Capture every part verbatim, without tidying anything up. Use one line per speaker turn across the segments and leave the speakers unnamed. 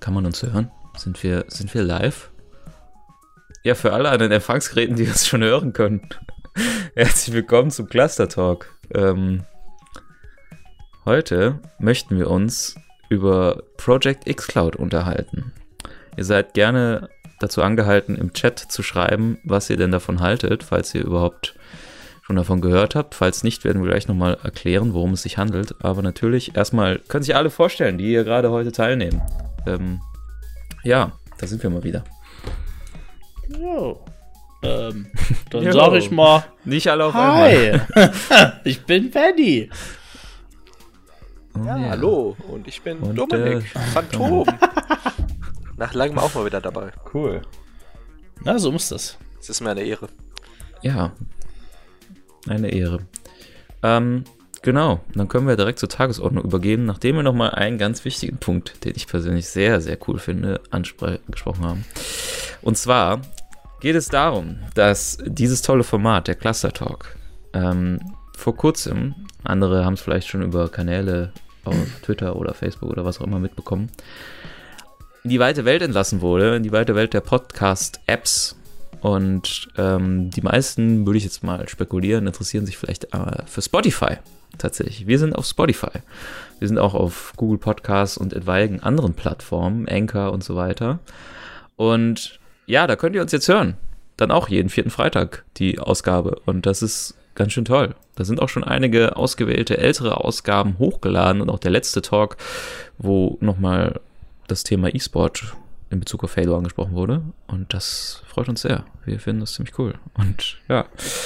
Kann man uns hören? Sind wir, sind wir live? Ja, für alle an den Empfangsgeräten, die uns schon hören können. Herzlich willkommen zum Cluster Talk. Ähm, heute möchten wir uns über Project xCloud unterhalten. Ihr seid gerne dazu angehalten, im Chat zu schreiben, was ihr denn davon haltet, falls ihr überhaupt schon davon gehört habt. Falls nicht, werden wir gleich nochmal erklären, worum es sich handelt. Aber natürlich, erstmal können sich alle vorstellen, die hier gerade heute teilnehmen. Ähm, ja, da sind wir mal wieder.
Jo. Ähm, dann sag ich mal,
nicht alle auf
hi,
einmal.
Ich bin Benny.
Oh, ja, ja, hallo. Und ich bin und Dominik, äh, Phantom. Nach langem auch mal wieder dabei.
Cool. Na, so muss das.
Es ist mir eine Ehre.
Ja, eine Ehre. Ähm, genau, dann können wir direkt zur Tagesordnung übergehen, nachdem wir nochmal einen ganz wichtigen Punkt, den ich persönlich sehr, sehr cool finde, angesprochen haben. Und zwar geht es darum, dass dieses tolle Format, der Cluster Talk, ähm, vor kurzem, andere haben es vielleicht schon über Kanäle auf Twitter oder Facebook oder was auch immer mitbekommen, in die weite Welt entlassen wurde, in die weite Welt der Podcast-Apps. Und ähm, die meisten, würde ich jetzt mal spekulieren, interessieren sich vielleicht äh, für Spotify tatsächlich. Wir sind auf Spotify. Wir sind auch auf Google Podcasts und etwaigen anderen Plattformen, Anchor und so weiter. Und ja, da könnt ihr uns jetzt hören. Dann auch jeden vierten Freitag die Ausgabe. Und das ist ganz schön toll. Da sind auch schon einige ausgewählte ältere Ausgaben hochgeladen und auch der letzte Talk, wo nochmal das Thema E-Sport in Bezug auf Halo angesprochen wurde. Und das freut uns sehr. Wir finden das ziemlich cool. Und ja.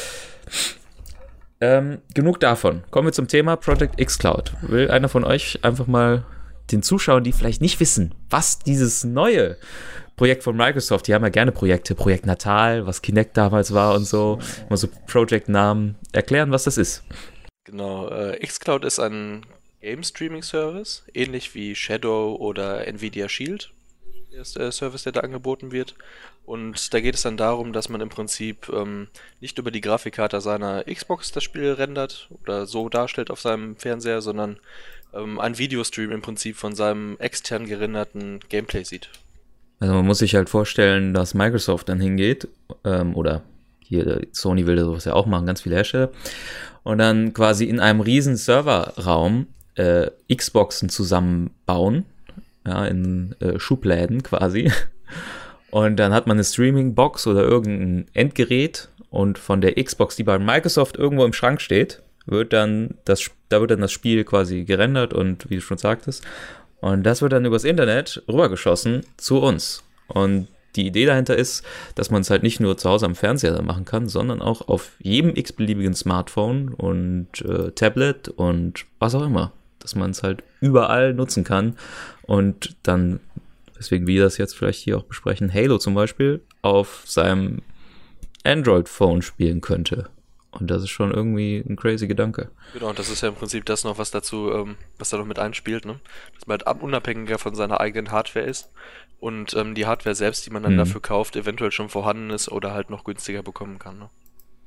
Ähm, genug davon. Kommen wir zum Thema Project xCloud. Will einer von euch einfach mal den Zuschauern, die vielleicht nicht wissen, was dieses neue Projekt von Microsoft, die haben ja gerne Projekte, Projekt Natal, was Kinect damals war und so, immer so Project-Namen, erklären, was das ist.
Genau, äh, xCloud ist ein Game-Streaming-Service, ähnlich wie Shadow oder Nvidia Shield, ist der Service, der da angeboten wird. Und da geht es dann darum, dass man im Prinzip ähm, nicht über die Grafikkarte seiner Xbox das Spiel rendert oder so darstellt auf seinem Fernseher, sondern ähm, einen Videostream im Prinzip von seinem extern gerenderten Gameplay sieht.
Also man muss sich halt vorstellen, dass Microsoft dann hingeht, ähm, oder hier Sony will sowas ja auch machen, ganz viele Hersteller, und dann quasi in einem riesen Serverraum äh, Xboxen zusammenbauen, ja, in äh, Schubläden quasi. Und dann hat man eine Streaming-Box oder irgendein Endgerät und von der Xbox, die bei Microsoft irgendwo im Schrank steht, wird dann das, da wird dann das Spiel quasi gerendert und wie du schon sagtest, und das wird dann übers Internet rübergeschossen zu uns. Und die Idee dahinter ist, dass man es halt nicht nur zu Hause am Fernseher machen kann, sondern auch auf jedem x-beliebigen Smartphone und äh, Tablet und was auch immer. Dass man es halt überall nutzen kann und dann, weswegen wir das jetzt vielleicht hier auch besprechen, Halo zum Beispiel auf seinem Android-Phone spielen könnte. Und das ist schon irgendwie ein crazy Gedanke.
Genau, und das ist ja im Prinzip das noch, was dazu, ähm, was da noch mit einspielt, ne? Dass man halt unabhängiger von seiner eigenen Hardware ist und ähm, die Hardware selbst, die man dann hm. dafür kauft, eventuell schon vorhanden ist oder halt noch günstiger bekommen kann, ne?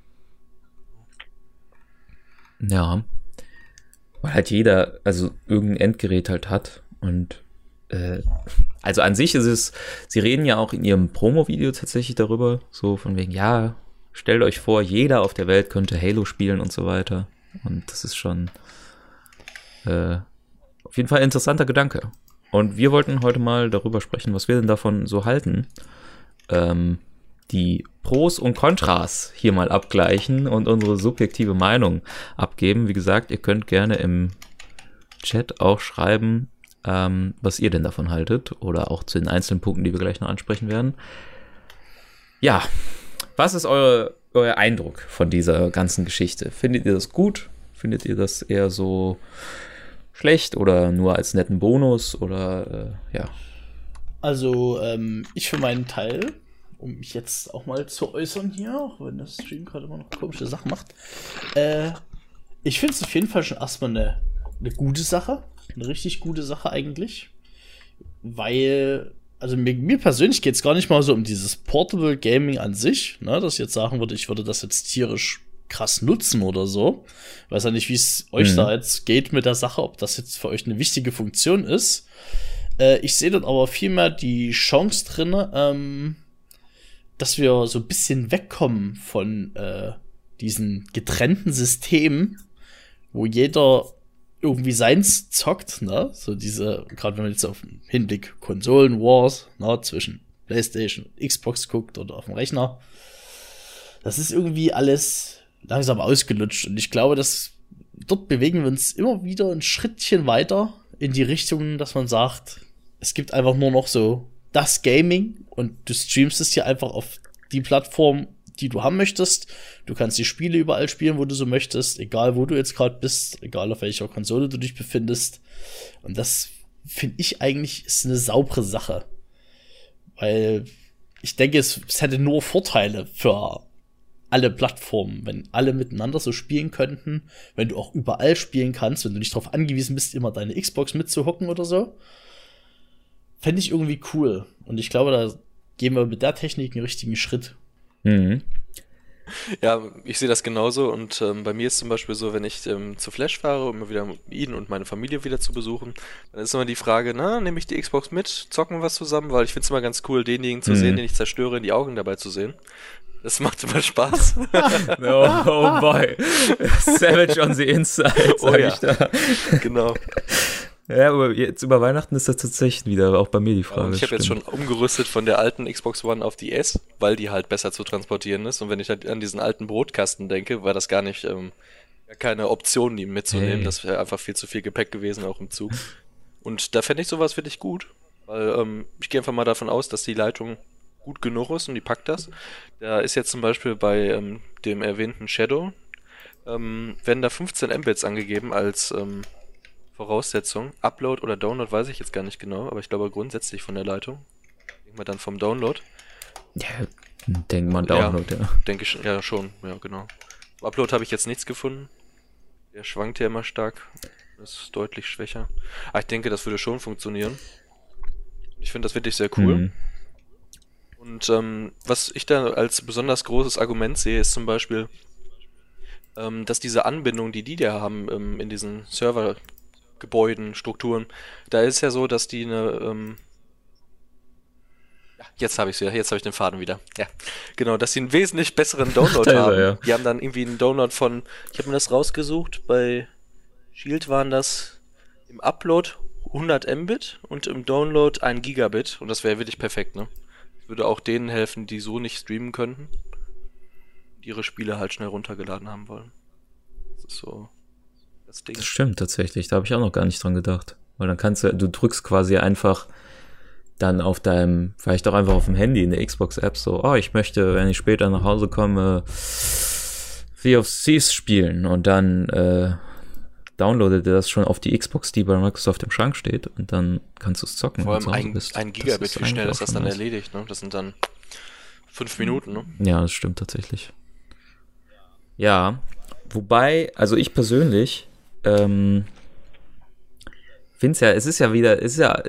Ja. Weil halt jeder, also irgendein Endgerät halt hat und äh, also an sich ist es, sie reden ja auch in ihrem Promo-Video tatsächlich darüber, so von wegen, ja, stellt euch vor, jeder auf der Welt könnte Halo spielen und so weiter. Und das ist schon äh, auf jeden Fall ein interessanter Gedanke. Und wir wollten heute mal darüber sprechen, was wir denn davon so halten. Ähm, die Pros und Kontras hier mal abgleichen und unsere subjektive Meinung abgeben. Wie gesagt, ihr könnt gerne im Chat auch schreiben, ähm, was ihr denn davon haltet. Oder auch zu den einzelnen Punkten, die wir gleich noch ansprechen werden. Ja, was ist eure, euer Eindruck von dieser ganzen Geschichte? Findet ihr das gut? Findet ihr das eher so schlecht oder nur als netten Bonus? Oder äh, ja?
Also, ähm, ich für meinen Teil, um mich jetzt auch mal zu äußern hier, auch wenn das Stream gerade immer noch komische Sachen macht, äh, ich finde es auf jeden Fall schon erstmal eine, eine gute Sache. Eine richtig gute Sache eigentlich. Weil also mir, mir persönlich geht es gar nicht mal so um dieses Portable Gaming an sich, ne, dass ich jetzt sagen würde, ich würde das jetzt tierisch krass nutzen oder so. Ich weiß ja nicht, wie es euch mhm. da jetzt geht mit der Sache, ob das jetzt für euch eine wichtige Funktion ist. Äh, ich sehe dort aber vielmehr die Chance drin, ähm, dass wir so ein bisschen wegkommen von äh, diesen getrennten Systemen, wo jeder irgendwie seins zockt, ne? So diese, gerade wenn man jetzt auf den Hinblick Konsolen-Wars, ne, zwischen PlayStation und Xbox guckt oder auf dem Rechner. Das ist irgendwie alles langsam ausgelutscht. Und ich glaube, dass dort bewegen wir uns immer wieder ein Schrittchen weiter in die Richtung, dass man sagt, es gibt einfach nur noch so das Gaming und du streamst es hier einfach auf die Plattform, die du haben möchtest. Du kannst die Spiele überall spielen, wo du so möchtest, egal wo du jetzt gerade bist, egal auf welcher Konsole du dich befindest. Und das finde ich eigentlich ist eine saubere Sache. Weil ich denke, es, es hätte nur Vorteile für alle Plattformen, wenn alle miteinander so spielen könnten, wenn du auch überall spielen kannst, wenn du nicht darauf angewiesen bist, immer deine Xbox mitzuhocken oder so. Fände ich irgendwie cool. Und ich glaube, da gehen wir mit der Technik einen richtigen Schritt.
Mhm.
Ja, ich sehe das genauso und ähm, bei mir ist zum Beispiel so, wenn ich ähm, zu Flash fahre, um immer wieder ihn und meine Familie wieder zu besuchen, dann ist immer die Frage, na, nehme ich die Xbox mit, zocken wir was zusammen, weil ich finde es immer ganz cool, denjenigen zu
Mhm.
sehen, den ich zerstöre, in die Augen dabei zu sehen. Das macht immer Spaß.
Oh, oh boy. Savage on the inside,
Oh
sag
ja.
ich da.
Genau.
Ja, aber jetzt über Weihnachten ist das tatsächlich wieder auch bei mir die
Ja,
Frage.
und ich habe jetzt schon
stimmt.
umgerüstet von der alten Xbox One auf die S, weil die halt besser zu transportieren ist. Und wenn ich halt an diesen alten Brotkasten denke, war das gar nicht ähm, gar keine Option, die mitzunehmen.
Hey.
Das wäre einfach viel zu viel Gepäck gewesen, auch im Zug. Und da fände ich sowas wirklich gut, weil ähm, ich gehe einfach mal davon aus, dass die Leitung gut genug ist und die packt das. Da ist jetzt zum Beispiel bei ähm, dem erwähnten Shadow, ähm, werden da fünfzehn Mbits angegeben als ähm, Voraussetzung. Upload oder Download weiß ich jetzt gar nicht genau, aber ich glaube grundsätzlich von der Leitung. Denken wir dann vom Download.
Ja, denk mal Download, ja.
Denke ich, ja schon, ja genau. Upload habe ich jetzt nichts gefunden. Der schwankt ja immer stark. Das ist deutlich schwächer. Aber ich denke, das würde schon funktionieren. Ich finde das wirklich sehr cool.
Mhm.
Und ähm, was ich da als besonders großes Argument sehe, ist zum Beispiel, ähm, dass diese Anbindung, die die da haben ähm, in diesen Servergebäuden, Strukturen, da ist ja so, dass die eine... Ähm, ja, jetzt habe ich ja, jetzt habe ich den Faden wieder. Ja, genau, dass sie einen wesentlich besseren Download
Da ist er,
haben.
ja.
Die haben dann irgendwie einen Download von, ich habe mir das rausgesucht, bei Shield waren das im Upload hundert Mbit und im Download ein Gigabit und das wäre wirklich perfekt, ne? Würde auch denen helfen, die so nicht streamen könnten, die ihre Spiele halt schnell runtergeladen haben wollen. Das ist so das Ding.
Das stimmt tatsächlich, da habe ich auch noch gar nicht dran gedacht. Weil dann kannst du, du drückst quasi einfach dann auf deinem, vielleicht auch einfach auf dem Handy in der Xbox-App so, oh, ich möchte, wenn ich später nach Hause komme, Sea of Thieves spielen und dann äh, downloadet er das schon auf die Xbox, die bei Microsoft im Schrank steht und dann kannst du es zocken.
Vor
wenn du
allem
zu Hause
ein,
bist.
ein
Das
Gigabit,
ist
wie schnell
eigentlich
ist das
auch
dann
schon nice.
erledigt, ne? Das sind dann fünf Minuten, ne?
Ja, das stimmt tatsächlich. Ja, wobei, also ich persönlich ähm, finde es ja, es ist ja wieder, es ist ja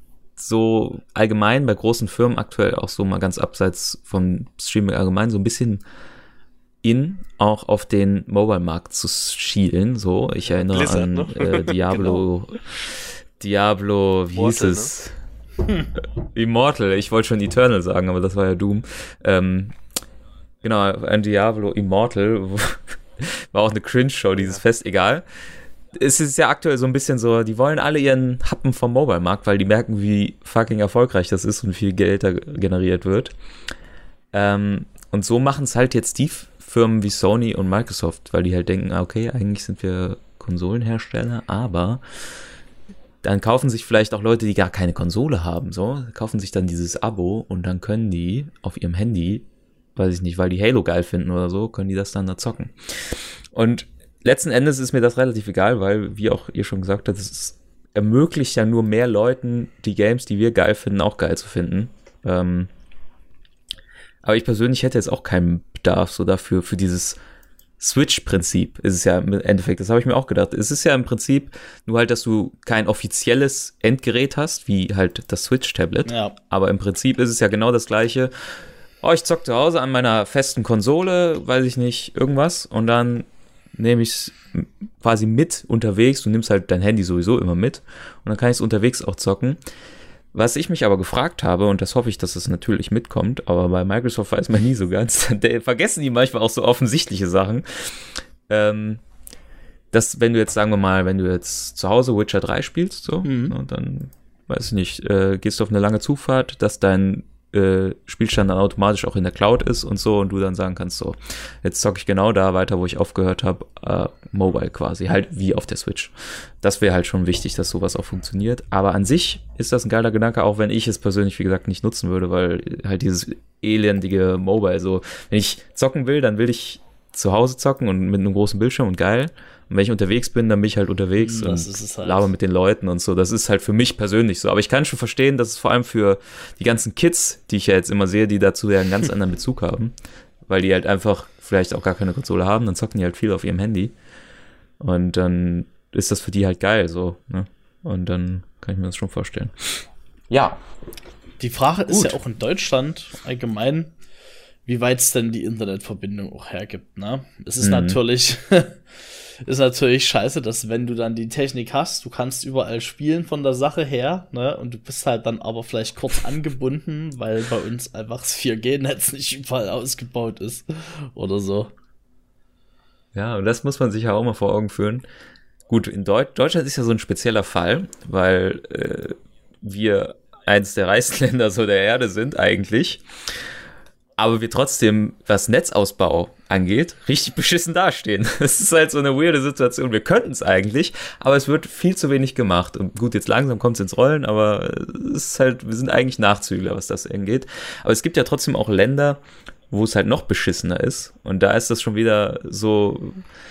so allgemein bei großen Firmen aktuell auch so mal ganz abseits vom Streaming allgemein so ein bisschen in, auch auf den Mobile-Markt zu schielen, so. Ich erinnere
Blizzard,
an
ne?
äh, Diablo, Diablo, wie hieß
Immortal,
es? Immortal, ich wollte schon Eternal sagen, aber das war ja Doom. Ähm, genau, ein Diablo Immortal, wo, war auch eine Cringe-Show, dieses Fest, egal. Es ist ja aktuell so ein bisschen so, die wollen alle ihren Happen vom Mobile-Markt, weil die merken, wie fucking erfolgreich das ist und wie viel Geld da generiert wird. Ähm, und so machen es halt jetzt die Firmen wie Sony und Microsoft, weil die halt denken, okay, eigentlich sind wir Konsolenhersteller, aber dann kaufen sich vielleicht auch Leute, die gar keine Konsole haben, so, kaufen sich dann dieses Abo und dann können die auf ihrem Handy, weiß ich nicht, weil die Halo geil finden oder so, können die das dann da zocken. Und letzten Endes ist mir das relativ egal, weil, wie auch ihr schon gesagt habt, es ermöglicht ja nur mehr Leuten, die Games, die wir geil finden, auch geil zu finden. Ähm, aber ich persönlich hätte jetzt auch keinen Bedarf so dafür, für dieses Switch-Prinzip ist es ja im Endeffekt, das habe ich mir auch gedacht. Es ist ja im Prinzip nur halt, dass du kein offizielles Endgerät hast, wie halt das Switch-Tablet.
Ja.
Aber im Prinzip ist es ja genau das Gleiche. Oh, ich zock zu Hause an meiner festen Konsole, weiß ich nicht, irgendwas. Und dann nehme ich es quasi mit unterwegs. Du nimmst halt dein Handy sowieso immer mit. Und dann kann ich es unterwegs auch zocken. Was ich mich aber gefragt habe, und das hoffe ich, dass es natürlich mitkommt, aber bei Microsoft weiß man nie so ganz, da vergessen die manchmal auch so offensichtliche Sachen, ähm, dass wenn du jetzt, sagen wir mal, wenn du jetzt zu Hause Witcher drei spielst, so,
Mhm.
und dann, weiß ich nicht, äh, gehst du auf eine lange Zufahrt, dass dein äh, Spielstand dann automatisch auch in der Cloud ist und so, und du dann sagen kannst, so, jetzt zocke ich genau da weiter, wo ich aufgehört habe, äh, Mobile quasi, halt wie auf der Switch. Das wäre halt schon wichtig, dass sowas auch funktioniert, aber an sich ist das ein geiler Gedanke, auch wenn ich es persönlich, wie gesagt, nicht nutzen würde, weil halt dieses elendige Mobile, so, wenn ich zocken will, dann will ich zu Hause zocken und mit einem großen Bildschirm und geil. Und wenn ich unterwegs bin, dann bin ich halt unterwegs
Das
und
ist es halt.
laber mit den Leuten und so. Das ist halt für mich persönlich so. Aber ich kann schon verstehen, dass es vor allem für die ganzen Kids, die ich ja jetzt immer sehe, die dazu ja einen ganz anderen Bezug haben, weil die halt einfach vielleicht auch gar keine Konsole haben, dann zocken die halt viel auf ihrem Handy. Und dann ist das für die halt geil, so, ne? Und dann kann ich mir das schon vorstellen. Ja.
Die Frage ist
Gut.
ja auch in Deutschland allgemein, wie weit es denn die Internetverbindung auch hergibt, ne? Es ist
Mhm.
natürlich, ist natürlich scheiße, dass wenn du dann die Technik hast, du kannst überall spielen von der Sache her, ne? Und du bist halt dann aber vielleicht kurz angebunden, weil bei uns einfach das vier G-Netz nicht überall ausgebaut ist oder so.
Ja, und das muss man sich ja auch mal vor Augen führen. Gut, in Deut- Deutschland ist ja so ein spezieller Fall, weil äh, wir eins der reichsten Länder so der Erde sind eigentlich, aber wir trotzdem, was Netzausbau angeht, richtig beschissen dastehen. Das ist halt so eine weirde Situation. Wir könnten es eigentlich, aber es wird viel zu wenig gemacht. Und gut, jetzt langsam kommt es ins Rollen, aber es ist halt, wir sind eigentlich Nachzügler, was das angeht. Aber es gibt ja trotzdem auch Länder, wo es halt noch beschissener ist. Und da ist das schon wieder so,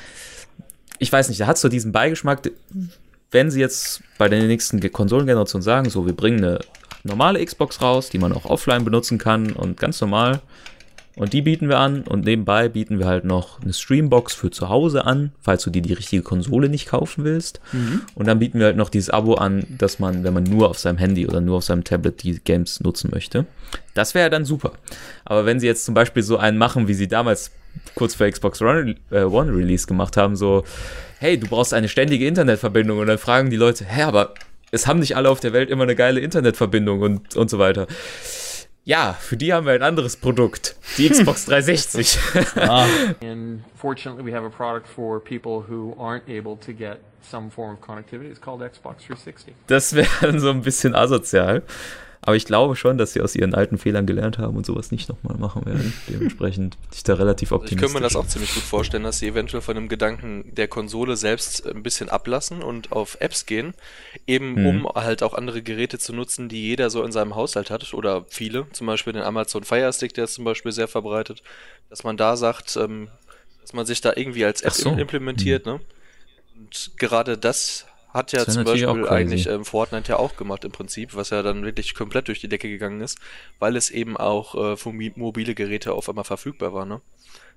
ich weiß nicht, da hat es so diesen Beigeschmack, wenn sie jetzt bei der nächsten Konsolengeneration sagen, so, wir bringen eine normale Xbox raus, die man auch offline benutzen kann und ganz normal. Und die bieten wir an und nebenbei bieten wir halt noch eine Streambox für zu Hause an, falls du dir die richtige Konsole nicht kaufen willst.
Mhm.
Und dann bieten wir halt noch dieses Abo an, dass man, wenn man nur auf seinem Handy oder nur auf seinem Tablet die Games nutzen möchte. Das wäre ja dann super. Aber wenn sie jetzt zum Beispiel so einen machen, wie sie damals kurz vor Xbox One, äh, One Release gemacht haben, so, hey, du brauchst eine ständige Internetverbindung, und dann fragen die Leute, hä, aber es haben nicht alle auf der Welt immer eine geile Internetverbindung und, und so weiter. Ja, für die haben wir ein anderes Produkt. Die Xbox dreihundertsechzig.
Ah,
And fortunately, we have a product for people who aren't able to get some form of connectivity. It's called Xbox three sixty.
Das wäre dann so ein bisschen asozial. Aber ich glaube schon, dass sie aus ihren alten Fehlern gelernt haben und sowas nicht nochmal machen werden. Dementsprechend bin ich da relativ
Also ich
optimistisch.
könnte mir das auch ziemlich gut vorstellen, dass sie eventuell von dem Gedanken der Konsole selbst ein bisschen ablassen und auf Apps gehen, eben
Mhm.
um halt auch andere Geräte zu nutzen, die jeder so in seinem Haushalt hat oder viele, zum Beispiel den Amazon Fire Stick, der ist zum Beispiel sehr verbreitet, dass man da sagt, ähm, dass man sich da irgendwie als App
Ach so.
im- implementiert, ne? Und gerade das hat ja
Das wär
zum
natürlich
Beispiel
auch crazy.
eigentlich ähm, Fortnite ja auch gemacht im Prinzip, was ja dann wirklich komplett durch die Decke gegangen ist, weil es eben auch äh, für mi- mobile Geräte auf einmal verfügbar war, ne?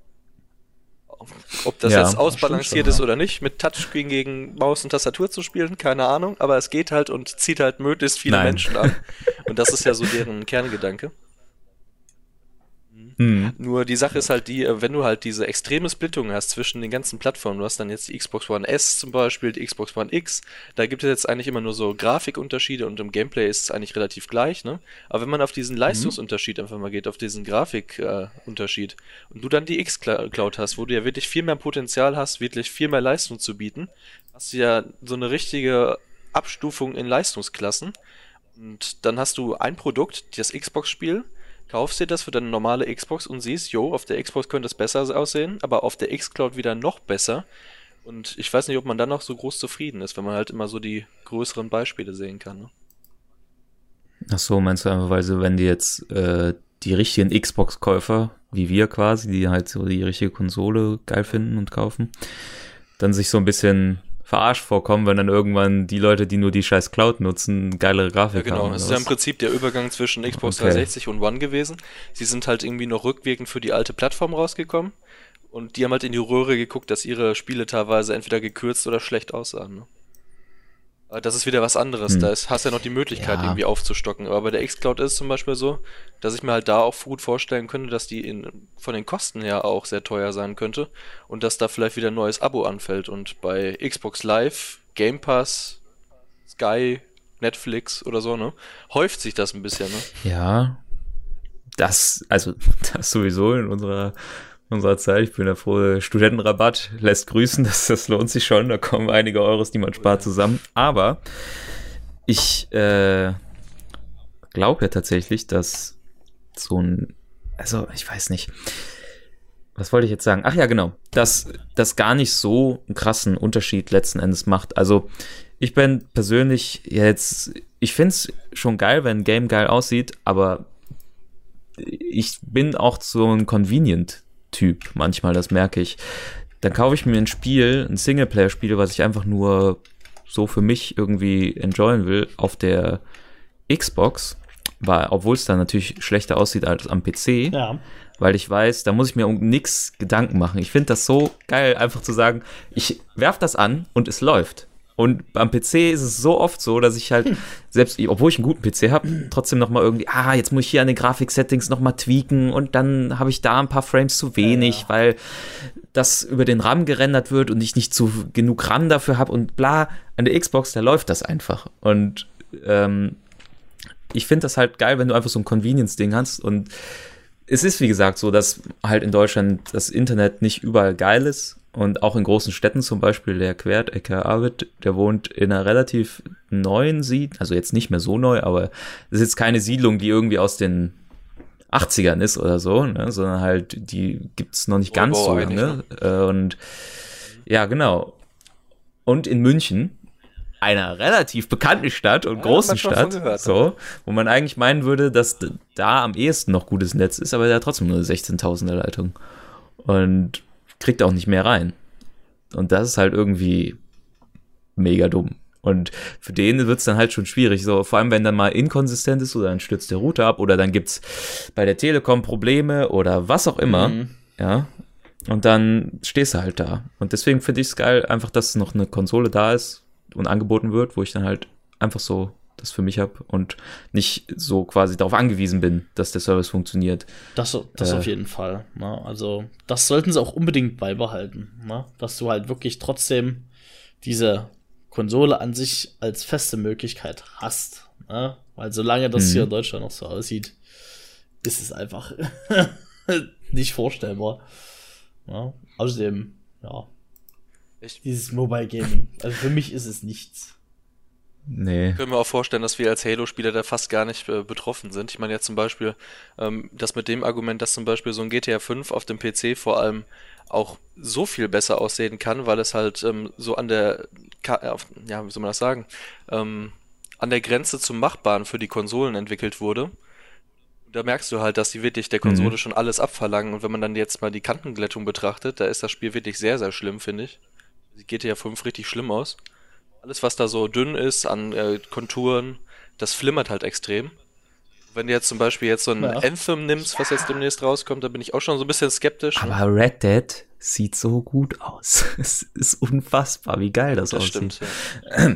Ob das
Ja,
jetzt
das
ausbalanciert
stimmt schon,
ist
ja.
oder nicht, mit Touchscreen gegen Maus und Tastatur zu spielen, keine Ahnung, aber es geht halt und zieht halt möglichst viele
Nein.
Menschen an. Und das ist ja so deren Kerngedanke.
Hm.
Nur die Sache ist halt die, äh, wenn du halt diese extreme Splittung hast zwischen den ganzen Plattformen, du hast dann jetzt die Xbox One S zum Beispiel, die Xbox One X, da gibt es jetzt eigentlich immer nur so Grafikunterschiede und im Gameplay ist es eigentlich relativ gleich, ne? Aber wenn man auf diesen Leistungsunterschied einfach mal geht, auf diesen Grafikunterschied äh, Unterschied, und du dann die X-Cloud hast, wo du ja wirklich viel mehr Potenzial hast, wirklich viel mehr Leistung zu bieten, hast du ja so eine richtige Abstufung in Leistungsklassen. Und dann hast du ein Produkt, das Xbox-Spiel, kaufst dir das für deine normale Xbox und siehst, jo, auf der Xbox könnte es besser aussehen, aber auf der X-Cloud wieder noch besser. Und ich weiß nicht, ob man dann noch so groß zufrieden ist, wenn man halt immer so die größeren Beispiele sehen kann. Ne?
Ach so, meinst du einfach, weil sie, wenn die jetzt äh, die richtigen Xbox-Käufer, wie wir quasi, die halt so die richtige Konsole geil finden und kaufen, dann sich so ein bisschen verarscht vorkommen, wenn dann irgendwann die Leute, die nur die scheiß Cloud nutzen, geilere Grafik
Ja, genau.
haben.
Das ist
oder
ja im
was?
Prinzip der Übergang zwischen Xbox
Okay.
dreihundertsechzig und One gewesen. Sie sind halt irgendwie noch rückwirkend für die alte Plattform rausgekommen und die haben halt in die Röhre geguckt, dass ihre Spiele teilweise entweder gekürzt oder schlecht aussahen. Ne? Aber das ist wieder was anderes.
Hm.
Da ist, hast du ja noch die Möglichkeit,
Ja.
irgendwie aufzustocken. Aber bei der Xcloud ist es zum Beispiel so, dass ich mir halt da auch gut vorstellen könnte, dass die in, von den Kosten her auch sehr teuer sein könnte und dass da vielleicht wieder ein neues Abo anfällt. Und bei Xbox Live, Game Pass, Sky, Netflix oder so, ne? Häuft sich das ein bisschen, ne?
Ja, das, also das sowieso in unserer, unserer Zeit. Ich bin ja froh, Studentenrabatt lässt grüßen, das, das lohnt sich schon. Da kommen einige Euros, die man spart, zusammen. Aber ich äh, glaube ja tatsächlich, dass so ein, also ich weiß nicht, was wollte ich jetzt sagen? Ach ja, genau, dass das gar nicht so einen krassen Unterschied letzten Endes macht. Also ich bin persönlich jetzt, ich finde es schon geil, wenn ein Game geil aussieht, aber ich bin auch so ein Convenient-Typ manchmal, das merke ich. Dann kaufe ich mir ein Spiel, ein Singleplayer-Spiel, was ich einfach nur so für mich irgendwie enjoyen will, auf der Xbox, weil, obwohl es dann natürlich schlechter aussieht als am P C,
Ja.
weil ich weiß, da muss ich mir um nichts Gedanken machen. Ich finde das so geil, einfach zu sagen, ich werf das an und es läuft. Und beim P C ist es so oft so, dass ich halt, hm. selbst, obwohl ich einen guten P C habe, trotzdem nochmal irgendwie, ah, jetzt muss ich hier an den Grafik-Settings nochmal tweaken und dann habe ich da ein paar Frames zu wenig, ja. weil das über den RAM gerendert wird und ich nicht zu genug RAM dafür habe und bla. An der Xbox, da läuft das einfach. Und ähm, ich finde das halt geil, wenn du einfach so ein Convenience-Ding hast. Und es ist, wie gesagt, so, dass halt in Deutschland das Internet nicht überall geil ist. Und auch in großen Städten, zum Beispiel der Quert, aka Arvid, der wohnt in einer relativ neuen Siedlung, also jetzt nicht mehr so neu, aber es ist jetzt keine Siedlung, die irgendwie aus den achtzigern ist oder so, ne, sondern halt, die gibt's noch nicht ganz so lange. Ne? Und ja, genau. Und in München, einer relativ bekannten Stadt und ja, großen Stadt, gehört, so, wo man eigentlich meinen würde, dass da am ehesten noch gutes Netz ist, aber der hat trotzdem nur eine sechzehntausender Leitung. Und kriegt auch nicht mehr rein. Und das ist halt irgendwie mega dumm. Und für den wird es dann halt schon schwierig. So, vor allem, wenn dann mal inkonsistent ist oder dann stürzt der Router ab oder dann gibt's bei der Telekom Probleme oder was auch immer. Mhm. Ja. Und dann stehst du halt da. Und deswegen finde ich es geil, einfach, dass noch eine Konsole da ist und angeboten wird, wo ich dann halt einfach so das für mich habe und nicht so quasi darauf angewiesen bin, dass der Service funktioniert.
Das, das äh, auf jeden Fall. Ne? Also das sollten sie auch unbedingt beibehalten. Ne? Dass du halt wirklich trotzdem diese Konsole an sich als feste Möglichkeit hast. Ne? Weil solange das mhm. hier in Deutschland noch so aussieht, ist es einfach nicht vorstellbar. Ne? Außerdem, ja,
ich
dieses Mobile Gaming. Also für mich ist es nichts.
Nee.
Ich könnte mir auch vorstellen, dass wir als Halo-Spieler da fast gar nicht äh, betroffen sind. Ich meine jetzt zum Beispiel, ähm, das mit dem Argument, dass zum Beispiel so ein G T A fünf auf dem P C vor allem auch so viel besser aussehen kann, weil es halt ähm, so an der, Ka- auf, ja, wie soll man das sagen, ähm, an der Grenze zum Machbaren für die Konsolen entwickelt wurde. Da merkst du halt, dass die wirklich der Konsole mhm. schon alles abverlangen. Und wenn man dann jetzt mal die Kantenglättung betrachtet, da ist das Spiel wirklich sehr, sehr schlimm, finde ich. Sieht G T A fünf richtig schlimm aus. Alles, was da so dünn ist an äh, Konturen, das flimmert halt extrem. Wenn du jetzt zum Beispiel jetzt so ein ja. Anthem nimmst, was jetzt demnächst rauskommt, da bin ich auch schon so ein bisschen skeptisch.
Aber ne? Red Dead sieht so gut aus. Es ist unfassbar, wie geil das, das aussieht. Stimmt, ja.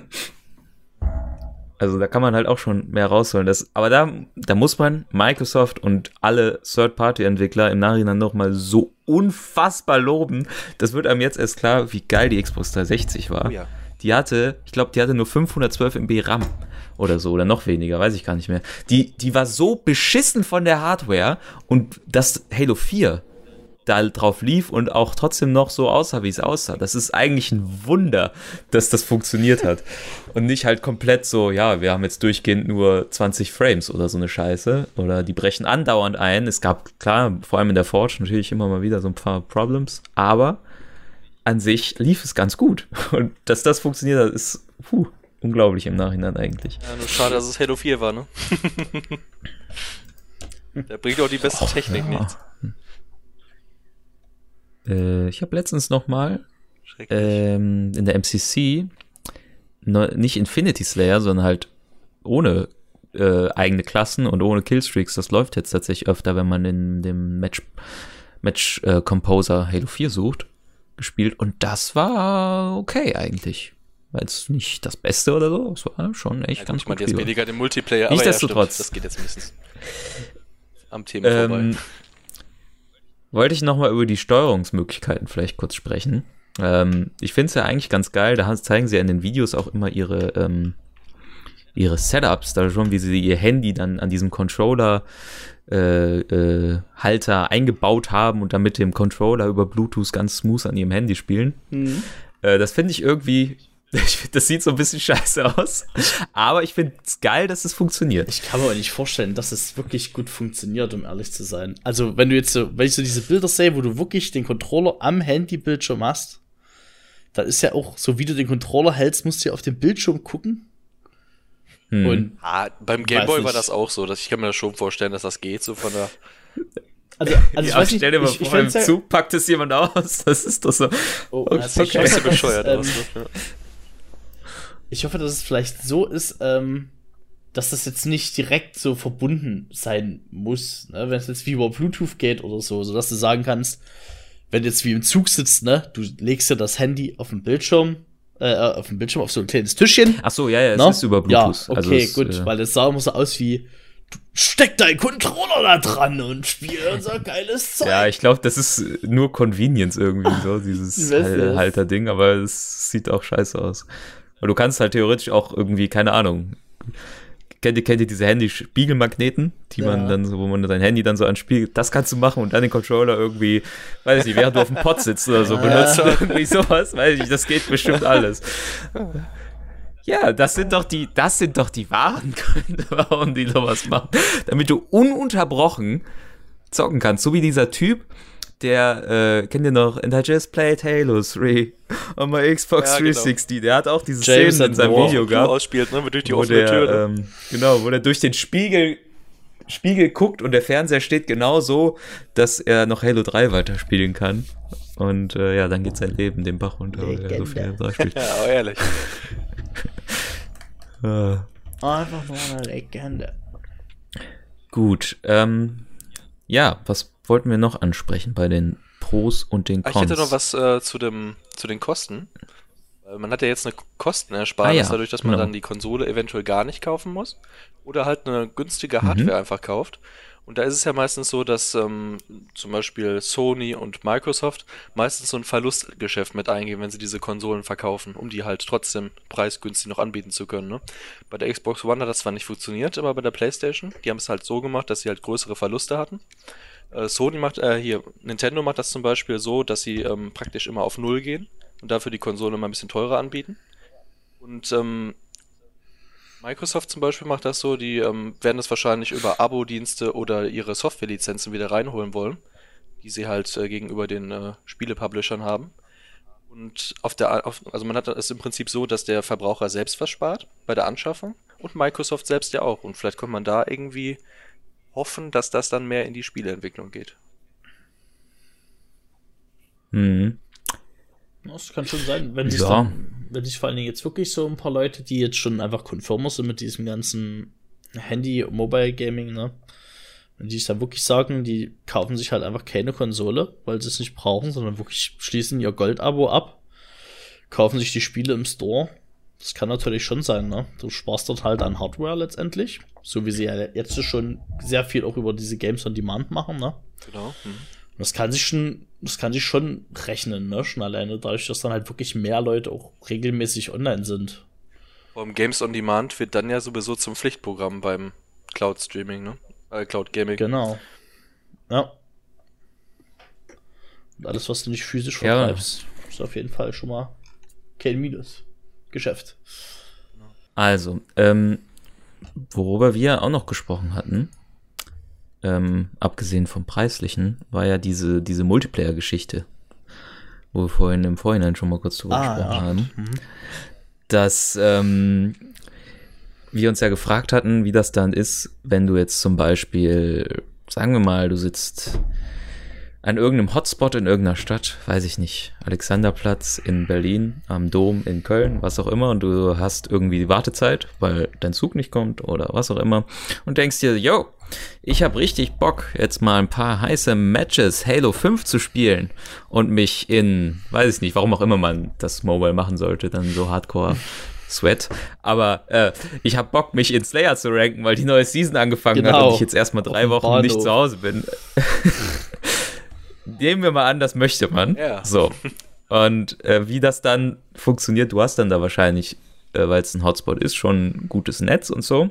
Also da kann man halt auch schon mehr rausholen. Das, aber da, da muss man Microsoft und alle Third-Party-Entwickler im Nachhinein nochmal so unfassbar loben. Das wird einem jetzt erst klar, wie geil die Xbox dreihundertsechzig war. Oh ja. Die hatte, ich glaube, die hatte nur fünfhundertzwölf Megabyte RAM oder so, oder noch weniger, weiß ich gar nicht mehr. Die, die war so beschissen von der Hardware und dass Halo vier da drauf lief und auch trotzdem noch so aussah, wie es aussah. Das ist eigentlich ein Wunder, dass das funktioniert hat. Und nicht halt komplett so, ja, wir haben jetzt durchgehend nur zwanzig Frames oder so eine Scheiße. Oder die brechen andauernd ein. Es gab, klar, vor allem in der Forge natürlich immer mal wieder so ein paar Problems, aber an sich lief es ganz gut. Und dass das funktioniert hat, ist puh, unglaublich im Nachhinein eigentlich.
Ja, nur schade, dass es Halo vier war, ne? Der bringt auch die beste Och, Technik ja. nichts.
Äh, ich habe letztens noch mal ähm, in der M C C ne, nicht Infinity Slayer, sondern halt ohne äh, eigene Klassen und ohne Killstreaks. Das läuft jetzt tatsächlich öfter, wenn man in dem Match, Match äh, Composer Halo vier sucht, gespielt. Und das war okay eigentlich. War jetzt nicht das Beste oder so. Es war schon echt ja, ganz
gut. Ich
meine
jetzt weniger den Multiplayer,
aber Nichtsdestotrotz.
Ja, das geht jetzt ein bisschen am Thema
ähm,
vorbei.
Wollte ich nochmal über die Steuerungsmöglichkeiten vielleicht kurz sprechen. Ähm, ich finde es ja eigentlich ganz geil, da zeigen sie ja in den Videos auch immer ihre, ähm, ihre Setups, da schon, wie sie ihr Handy dann an diesem Controller äh, äh, Halter eingebaut haben und dann mit dem Controller über Bluetooth ganz smooth an ihrem Handy spielen. Mhm. Äh, das finde ich irgendwie, ich find, das sieht so ein bisschen scheiße aus, aber ich finde es geil, dass es funktioniert.
Ich kann mir aber nicht vorstellen, dass es wirklich gut funktioniert, um ehrlich zu sein. Also wenn du jetzt so, wenn ich so diese Bilder sehe, wo du wirklich den Controller am Handybildschirm hast, dann ist ja auch, so wie du den Controller hältst, musst du ja auf den Bildschirm gucken.
Hm.
Und ah, beim Gameboy war das auch so, dass ich kann mir das schon vorstellen, dass das geht, so von der.
Also, also
ja,
ich
stell dir mal
ich,
vor, im
ja,
Zug packt es jemand aus. Das ist doch so.
Oh,
okay,
also
okay.
Ich, hoffe,
bescheuert
dass,
aus,
ähm,
ne?
Ich hoffe, dass es vielleicht so ist, ähm, dass das jetzt nicht direkt so verbunden sein muss, ne? Wenn es jetzt wie über Bluetooth geht oder so, sodass du sagen kannst, wenn du jetzt wie im Zug sitzt, ne, du legst dir das Handy auf den Bildschirm, äh, auf dem Bildschirm auf so ein kleines Tischchen.
Ach so, ja, ja, es
no?
ist über Bluetooth.
Ja, okay,
also es,
gut,
äh,
weil das sah immer so aus wie, du steck deinen Controller da dran und spiel unser geiles Zeug.
Ja, ich glaube, das ist nur Convenience irgendwie, so, dieses Hal- Halter-Ding, aber es sieht auch scheiße aus. Und du kannst halt theoretisch auch irgendwie, keine Ahnung, kennt ihr, kennt ihr diese Handy-Spiegelmagneten, die
Ja.
man dann so, wo man dein Handy dann so anspiegelt, das kannst du machen und dann den Controller irgendwie, weiß ich nicht, während du auf dem Pott sitzt oder so, benutzt du irgendwie sowas, weiß ich nicht, das geht bestimmt alles. Ja, das sind doch die, das sind doch die wahren Gründe, warum die sowas machen. Damit du ununterbrochen zocken kannst, so wie dieser Typ, der, äh, kennt ihr noch, and I just played Halo three on my Xbox
Ja,
drei
genau.
sechzig, der hat auch diese
James
Szenen in seinem
War.
Video gehabt,
ausspielt, ne, durch die
wo
offene
der,
Tür. Ne?
ähm, genau, wo der durch den Spiegel, Spiegel guckt und der Fernseher steht genau so, dass er noch Halo drei weiterspielen kann. Und äh, ja, dann geht sein Leben den Bach runter, weil er so viel Halo drei spielt.
Ja, aber ehrlich.
äh,
Einfach nur eine Legende.
gut, ähm, ja, was wollten wir noch ansprechen bei den Pros und den
Ah,
Cons?
Ich hätte noch was äh, zu, dem, zu den Kosten. Weil man hat ja jetzt eine Kostenersparnis,
Ah, ja,
dadurch, dass man
genau.
dann die Konsole eventuell gar nicht kaufen muss. Oder halt eine günstige Hardware
Mhm.
einfach kauft. Und da ist es ja meistens so, dass ähm, zum Beispiel Sony und Microsoft meistens so ein Verlustgeschäft mit eingehen, wenn sie diese Konsolen verkaufen, um die halt trotzdem preisgünstig noch anbieten zu können. Ne? Bei der Xbox One hat das zwar nicht funktioniert, aber bei der PlayStation, die haben es halt so gemacht, dass sie halt größere Verluste hatten. Äh, Sony macht, äh, hier, Nintendo macht das zum Beispiel so, dass sie ähm, praktisch immer auf Null gehen und dafür die Konsole immer ein bisschen teurer anbieten. Und ähm, Microsoft zum Beispiel macht das so, die ähm, werden das wahrscheinlich über Abo-Dienste oder ihre Software-Lizenzen wieder reinholen wollen, die sie halt äh, gegenüber den äh, Spiele-Publishern haben. Und auf der, auf, also man hat es im Prinzip so, dass der Verbraucher selbst was spart bei der Anschaffung und Microsoft selbst ja auch. Und vielleicht kann man da irgendwie hoffen, dass das dann mehr in die Spieleentwicklung geht.
Mhm.
Das kann schon sein, wenn sich
Ja.
dann, wenn sich vor allen Dingen jetzt wirklich so ein paar Leute, die jetzt schon einfach konformer sind mit diesem ganzen Handy- und Mobile-Gaming, ne? Wenn die sich dann wirklich sagen, die kaufen sich halt einfach keine Konsole, weil sie es nicht brauchen, sondern wirklich schließen ihr Gold-Abo ab, kaufen sich die Spiele im Store. Das kann natürlich schon sein, ne? Du sparst dort halt an Hardware letztendlich, so wie sie ja jetzt schon sehr viel auch über diese Games on Demand machen, ne?
Genau. Mhm.
Und das kann sich schon, das kann sich schon rechnen, ne? Schon alleine dadurch, dass dann halt wirklich mehr Leute auch regelmäßig online sind.
Vor allem Games on Demand wird dann ja sowieso zum Pflichtprogramm beim Cloud-Streaming, ne? Äh, Cloud-Gaming.
Genau. Ja. Und alles, was du nicht physisch
Ja.
vertreibst, ist auf jeden Fall schon mal kein Minus-Geschäft.
Also, ähm, worüber wir auch noch gesprochen hatten, ähm, abgesehen vom Preislichen, war ja diese, diese Multiplayer-Geschichte, wo wir vorhin im Vorhinein schon mal kurz drüber
Ah,
gesprochen
ja.
haben,
Mhm.
dass ähm, wir uns ja gefragt hatten, wie das dann ist, wenn du jetzt zum Beispiel, sagen wir mal, du sitzt an irgendeinem Hotspot in irgendeiner Stadt, weiß ich nicht, Alexanderplatz in Berlin, am Dom in Köln, was auch immer, und du hast irgendwie die Wartezeit, weil dein Zug nicht kommt oder was auch immer, und denkst dir, yo, ich habe richtig Bock, jetzt mal ein paar heiße Matches Halo fünf zu spielen und mich in, weiß ich nicht, warum auch immer man das Mobile machen sollte, dann so Hardcore Sweat, aber äh, ich habe Bock, mich in Slayer zu ranken, weil die neue Season angefangen hat
Genau.
und ich jetzt erstmal drei
Auf dem
Wochen nicht
Bahnhof.
zu Hause bin. Nehmen wir mal an, das möchte man.
Ja.
So. Und äh, wie das dann funktioniert, du hast dann da wahrscheinlich äh, weil es ein Hotspot ist, schon ein gutes Netz und so.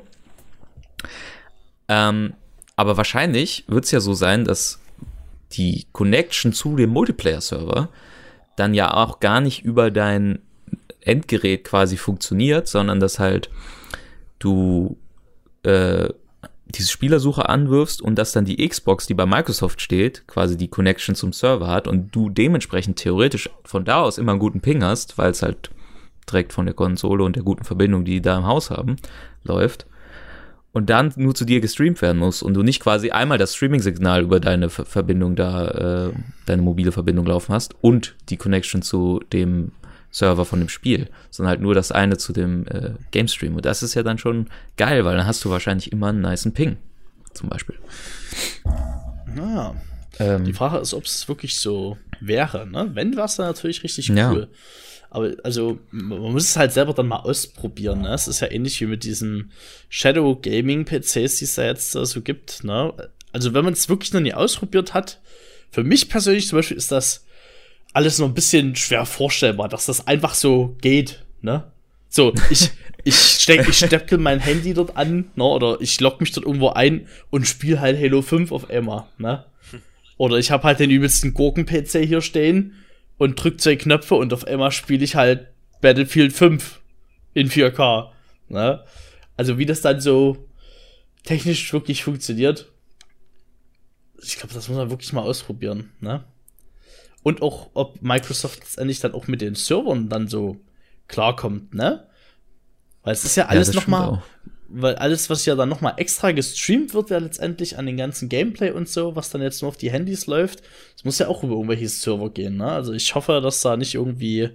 Ähm, aber wahrscheinlich wird es ja so sein, dass die Connection zu dem Multiplayer-Server dann ja auch gar nicht über dein Endgerät quasi funktioniert, sondern dass halt du äh, diese Spielersuche anwirfst und dass dann die Xbox, die bei Microsoft steht, quasi die Connection zum Server hat und du dementsprechend theoretisch von da aus immer einen guten Ping hast, weil es halt direkt von der Konsole und der guten Verbindung, die die da im Haus haben, läuft und dann nur zu dir gestreamt werden muss und du nicht quasi einmal das Streaming-Signal über deine Ver- Verbindung da, äh, deine mobile Verbindung laufen hast und die Connection zu dem Server von dem Spiel, sondern halt nur das eine zu dem äh, Game Stream. Und das ist ja dann schon geil, weil dann hast du wahrscheinlich immer einen nicen Ping, zum Beispiel.
Ja.
Ähm,
Die Frage ist, ob es wirklich so wäre. Ne? Wenn, wäre es dann natürlich richtig cool.
Ja.
Aber also, man muss es halt selber dann mal ausprobieren. Ne? Es ist ja ähnlich wie mit diesen Shadow Gaming P Cs, die es da jetzt äh, so gibt. Ne? Also, wenn man es wirklich noch nie ausprobiert hat, für mich persönlich zum Beispiel ist das alles noch ein bisschen schwer vorstellbar, dass das einfach so geht, ne? So, ich, ich steck, ich stecke mein Handy dort an, ne? Oder ich logge mich dort irgendwo ein und spiele halt Halo fünf auf einmal, ne? Oder ich habe halt den übelsten Gurken-P C hier stehen und drück zwei Knöpfe und auf einmal spiele ich halt Battlefield fünf in vier K, ne? Also wie das dann so technisch wirklich funktioniert, ich glaube, das muss man wirklich mal ausprobieren, ne? Und auch, ob Microsoft letztendlich dann auch mit den Servern dann so klarkommt, ne? Weil es ist ja alles
ja,
nochmal, weil alles, was ja dann nochmal extra gestreamt wird, ja letztendlich an den ganzen Gameplay und so, was dann jetzt nur auf die Handys läuft, das muss ja auch über irgendwelche Server gehen, ne? Also ich hoffe, dass da nicht irgendwie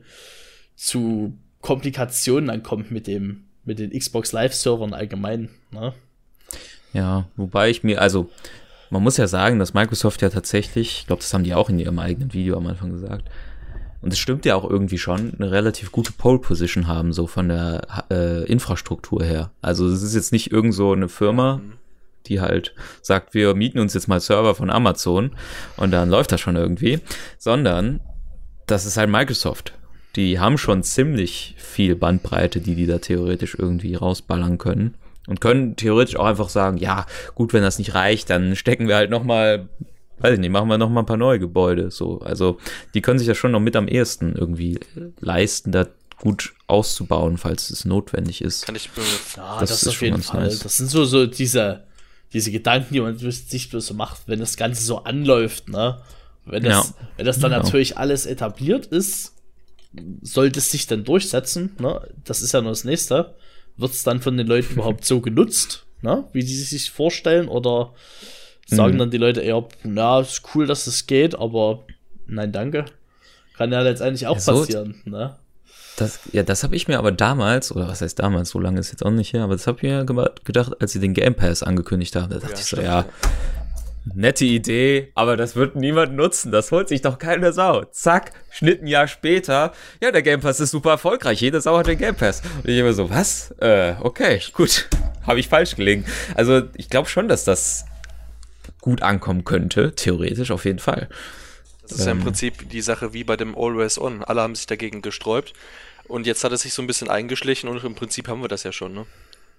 zu Komplikationen dann kommt mit dem, mit den Xbox Live-Servern allgemein, ne?
Ja, wobei ich mir, also man muss ja sagen, dass Microsoft ja tatsächlich, ich glaube, das haben die auch in ihrem eigenen Video am Anfang gesagt, und es stimmt ja auch irgendwie schon, eine relativ gute Pole-Position haben, so von der äh, Infrastruktur her. Also es ist jetzt nicht irgend so eine Firma, die halt sagt, wir mieten uns jetzt mal Server von Amazon und dann läuft das schon irgendwie, sondern das ist halt Microsoft. Die haben schon ziemlich viel Bandbreite, die die da theoretisch irgendwie rausballern können. Und können theoretisch auch einfach sagen, ja, gut, wenn das nicht reicht, dann stecken wir halt nochmal, weiß ich nicht, machen wir nochmal ein paar neue Gebäude. So, also die können sich ja schon noch mit am ehesten irgendwie leisten, da gut auszubauen, falls es notwendig ist.
Kann ich mir
Ja,
Das
das,
ist
auf
schon
jeden
ganz
Fall.
nice.
Das sind so, so diese, diese Gedanken, die man sich bloß so macht, wenn das Ganze so anläuft, ne? Wenn das,
Ja.
wenn das dann
Genau.
natürlich alles etabliert ist, sollte es sich dann durchsetzen, ne? Das ist ja nur das Nächste. Wird es dann von den Leuten überhaupt so genutzt, ne? Wie die sich vorstellen? Oder sagen
Mhm.
dann die Leute eher, na, ist cool, dass es geht, aber nein, danke. Kann ja letztendlich auch
Ja, so-
passieren, ne?
Das, ja, das habe ich mir aber damals, oder was heißt damals, so lange ist jetzt auch nicht her, aber das habe ich mir ge- gedacht, als sie den Game Pass angekündigt haben. Da dachte
Ja,
ich so,
stimmt,
ja, nette Idee, aber das wird niemand nutzen. Das holt sich doch keine Sau. Zack, Schnitt ein Jahr später. Ja, der Game Pass ist super erfolgreich. Jede Sau hat den Game Pass. Und ich immer so, was? Äh, okay, gut. Habe ich falsch gelegen. Also ich glaube schon, dass das gut ankommen könnte. Theoretisch auf jeden Fall.
Das ist ja im
Ähm.
Prinzip die Sache wie bei dem Always On. Alle haben sich dagegen gesträubt. Und jetzt hat es sich so ein bisschen eingeschlichen und im Prinzip haben wir das ja schon, ne?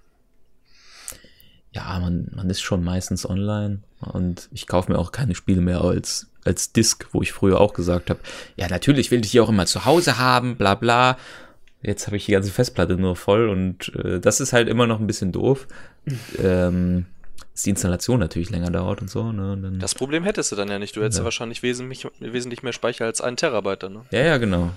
Ja, man, man ist schon meistens online und ich kaufe mir auch keine Spiele mehr als, als Disc, wo ich früher auch gesagt habe, ja, natürlich will ich die auch immer zu Hause haben, bla bla. Jetzt habe ich die ganze Festplatte nur voll und äh, das ist halt immer noch ein bisschen doof. ähm, dass die Installation natürlich länger dauert und so. Ne? Und dann,
Das Problem hättest du dann ja nicht. Du hättest ja,
Ja.
wahrscheinlich wesentlich, wesentlich mehr Speicher als ein Terabyte dann, ne?
ja, ja, genau.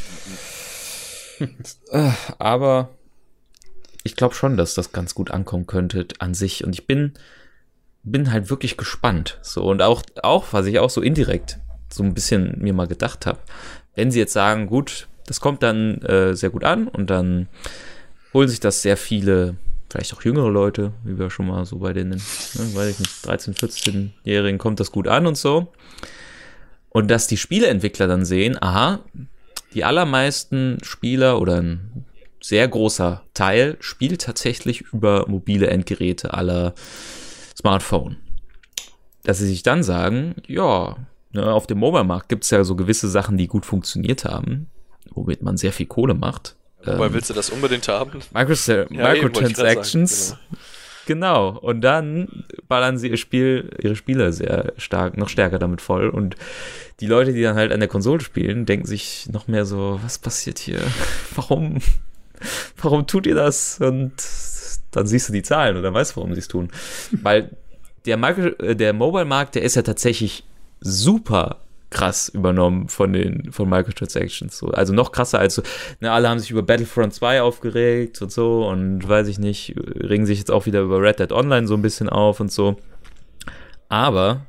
Äh, Aber ich glaube schon, dass das ganz gut ankommen könnte an sich. Und ich bin, bin halt wirklich gespannt. So, und auch, auch, was ich auch so indirekt so ein bisschen mir mal gedacht habe, wenn sie jetzt sagen, gut, das kommt dann äh, sehr gut an und dann holen sich das sehr viele, vielleicht auch jüngere Leute, wie wir schon mal so bei den, ne, weiß ich nicht, dreizehn-, vierzehnjährigen kommt das gut an und so. Und dass die Spieleentwickler dann sehen, aha, die allermeisten Spieler oder ein sehr großer Teil spielt tatsächlich über mobile Endgeräte aller Smartphone. Dass sie sich dann sagen, ja, ne, auf dem Mobile-Markt gibt es ja so gewisse Sachen, die gut funktioniert haben, womit man sehr viel Kohle macht.
Wobei
ähm,
willst du das unbedingt haben?
Micros
Ja,
Microtransactions.
eben, wollte ich
Genau. Und dann ballern sie ihr Spiel, ihre Spiele sehr stark, noch stärker damit voll. Und die Leute, die dann halt an der Konsole spielen, denken sich noch mehr so, was passiert hier? Warum? Warum tut ihr das? Und dann siehst du die Zahlen und dann weißt du, warum sie es tun. Weil der, Micro, der Mobile-Markt, der ist ja tatsächlich super krass übernommen von den von Microtransactions. So. Also noch krasser als so, ne, alle haben sich über Battlefront zwei aufgeregt und so und weiß ich nicht, regen sich jetzt auch wieder über Red Dead Online so ein bisschen auf und so. Aber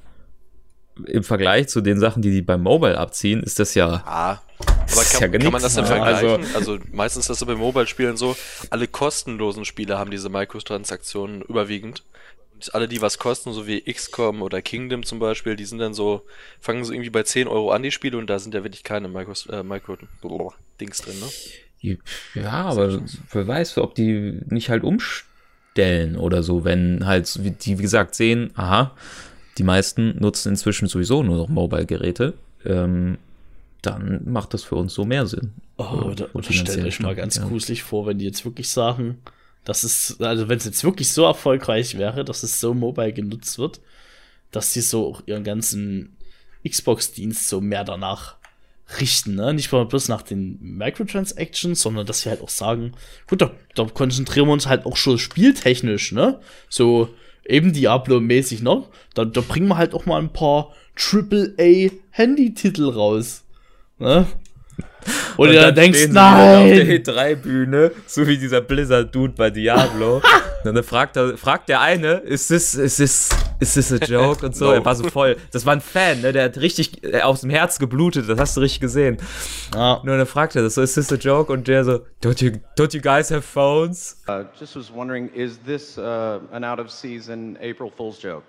im Vergleich zu den Sachen, die die beim Mobile abziehen, ist das ja
Ah, aber
ist
kann,
ja
kann man
nix.
das denn
Ja,
vergleichen? Also, also meistens ist das so bei Mobile-Spielen so, alle kostenlosen Spiele haben diese Microtransaktionen überwiegend. Und alle, die was kosten, so wie X COM oder Kingdom zum Beispiel, die sind dann so, fangen so irgendwie bei zehn Euro an, die Spiele, und da sind ja wirklich keine Micros, äh, Micro-Dings drin, ne?
Ja, aber wer weiß, ob die nicht halt umstellen oder so, wenn halt die, wie gesagt, sehen, aha, die meisten nutzen inzwischen sowieso nur noch Mobile-Geräte, ähm, dann macht das für uns so mehr Sinn.
Oh, oder, oder stellt euch mal ganz
ja.
gruselig vor, wenn die jetzt wirklich sagen, dass es, also wenn es jetzt wirklich so erfolgreich wäre, dass es so mobile genutzt wird, dass sie so auch ihren ganzen Xbox-Dienst so mehr danach richten, ne? Nicht mal bloß nach den Microtransactions, sondern dass sie halt auch sagen, gut, da, da konzentrieren wir uns halt auch schon spieltechnisch, ne? So eben Diablo-mäßig, ne? Da, da bringen wir halt auch mal ein paar Triple A Handy-Titel raus, ne? Und, und du dann denkst,
stehen
nein!
Auf der E drei Bühne, so wie dieser Blizzard-Dude bei Diablo. Und dann fragt, er, fragt der eine, ist this, is this, is this a joke? Und so, no. Er war so voll. Das war ein Fan, ne? Der hat richtig äh, aus dem Herz geblutet, das hast du richtig gesehen.
Ja.
Und dann fragt er das so, is this a joke? Und der so, don't you, don't you guys have phones?
Uh, just was wondering, is this uh, an out-of-season April Fool's joke?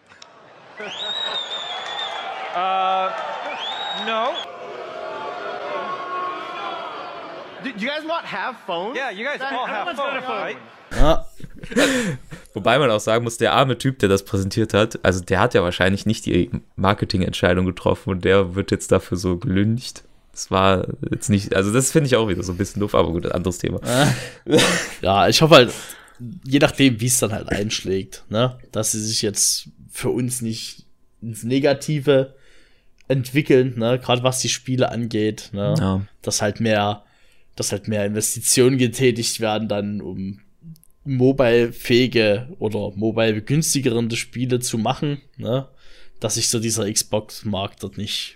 uh, no. Do you guys not have phones?
Yeah, you guys all have phones, right?
Ja.
Wobei man auch sagen muss, der arme Typ, der das präsentiert hat, also der hat ja wahrscheinlich nicht die Marketingentscheidung getroffen und der wird jetzt dafür so gelüncht. Das war jetzt nicht, also das finde ich auch wieder so ein bisschen doof, aber gut, anderes Thema.
Ja, ich hoffe halt, je nachdem, wie es dann halt einschlägt, ne, dass sie sich jetzt für uns nicht ins Negative entwickeln, ne, gerade was die Spiele angeht, ne,
Ja.
dass halt mehr dass halt mehr Investitionen getätigt werden, dann um mobile-fähige oder mobile-begünstigere Spiele zu machen, ne? Dass sich so dieser Xbox-Markt dort nicht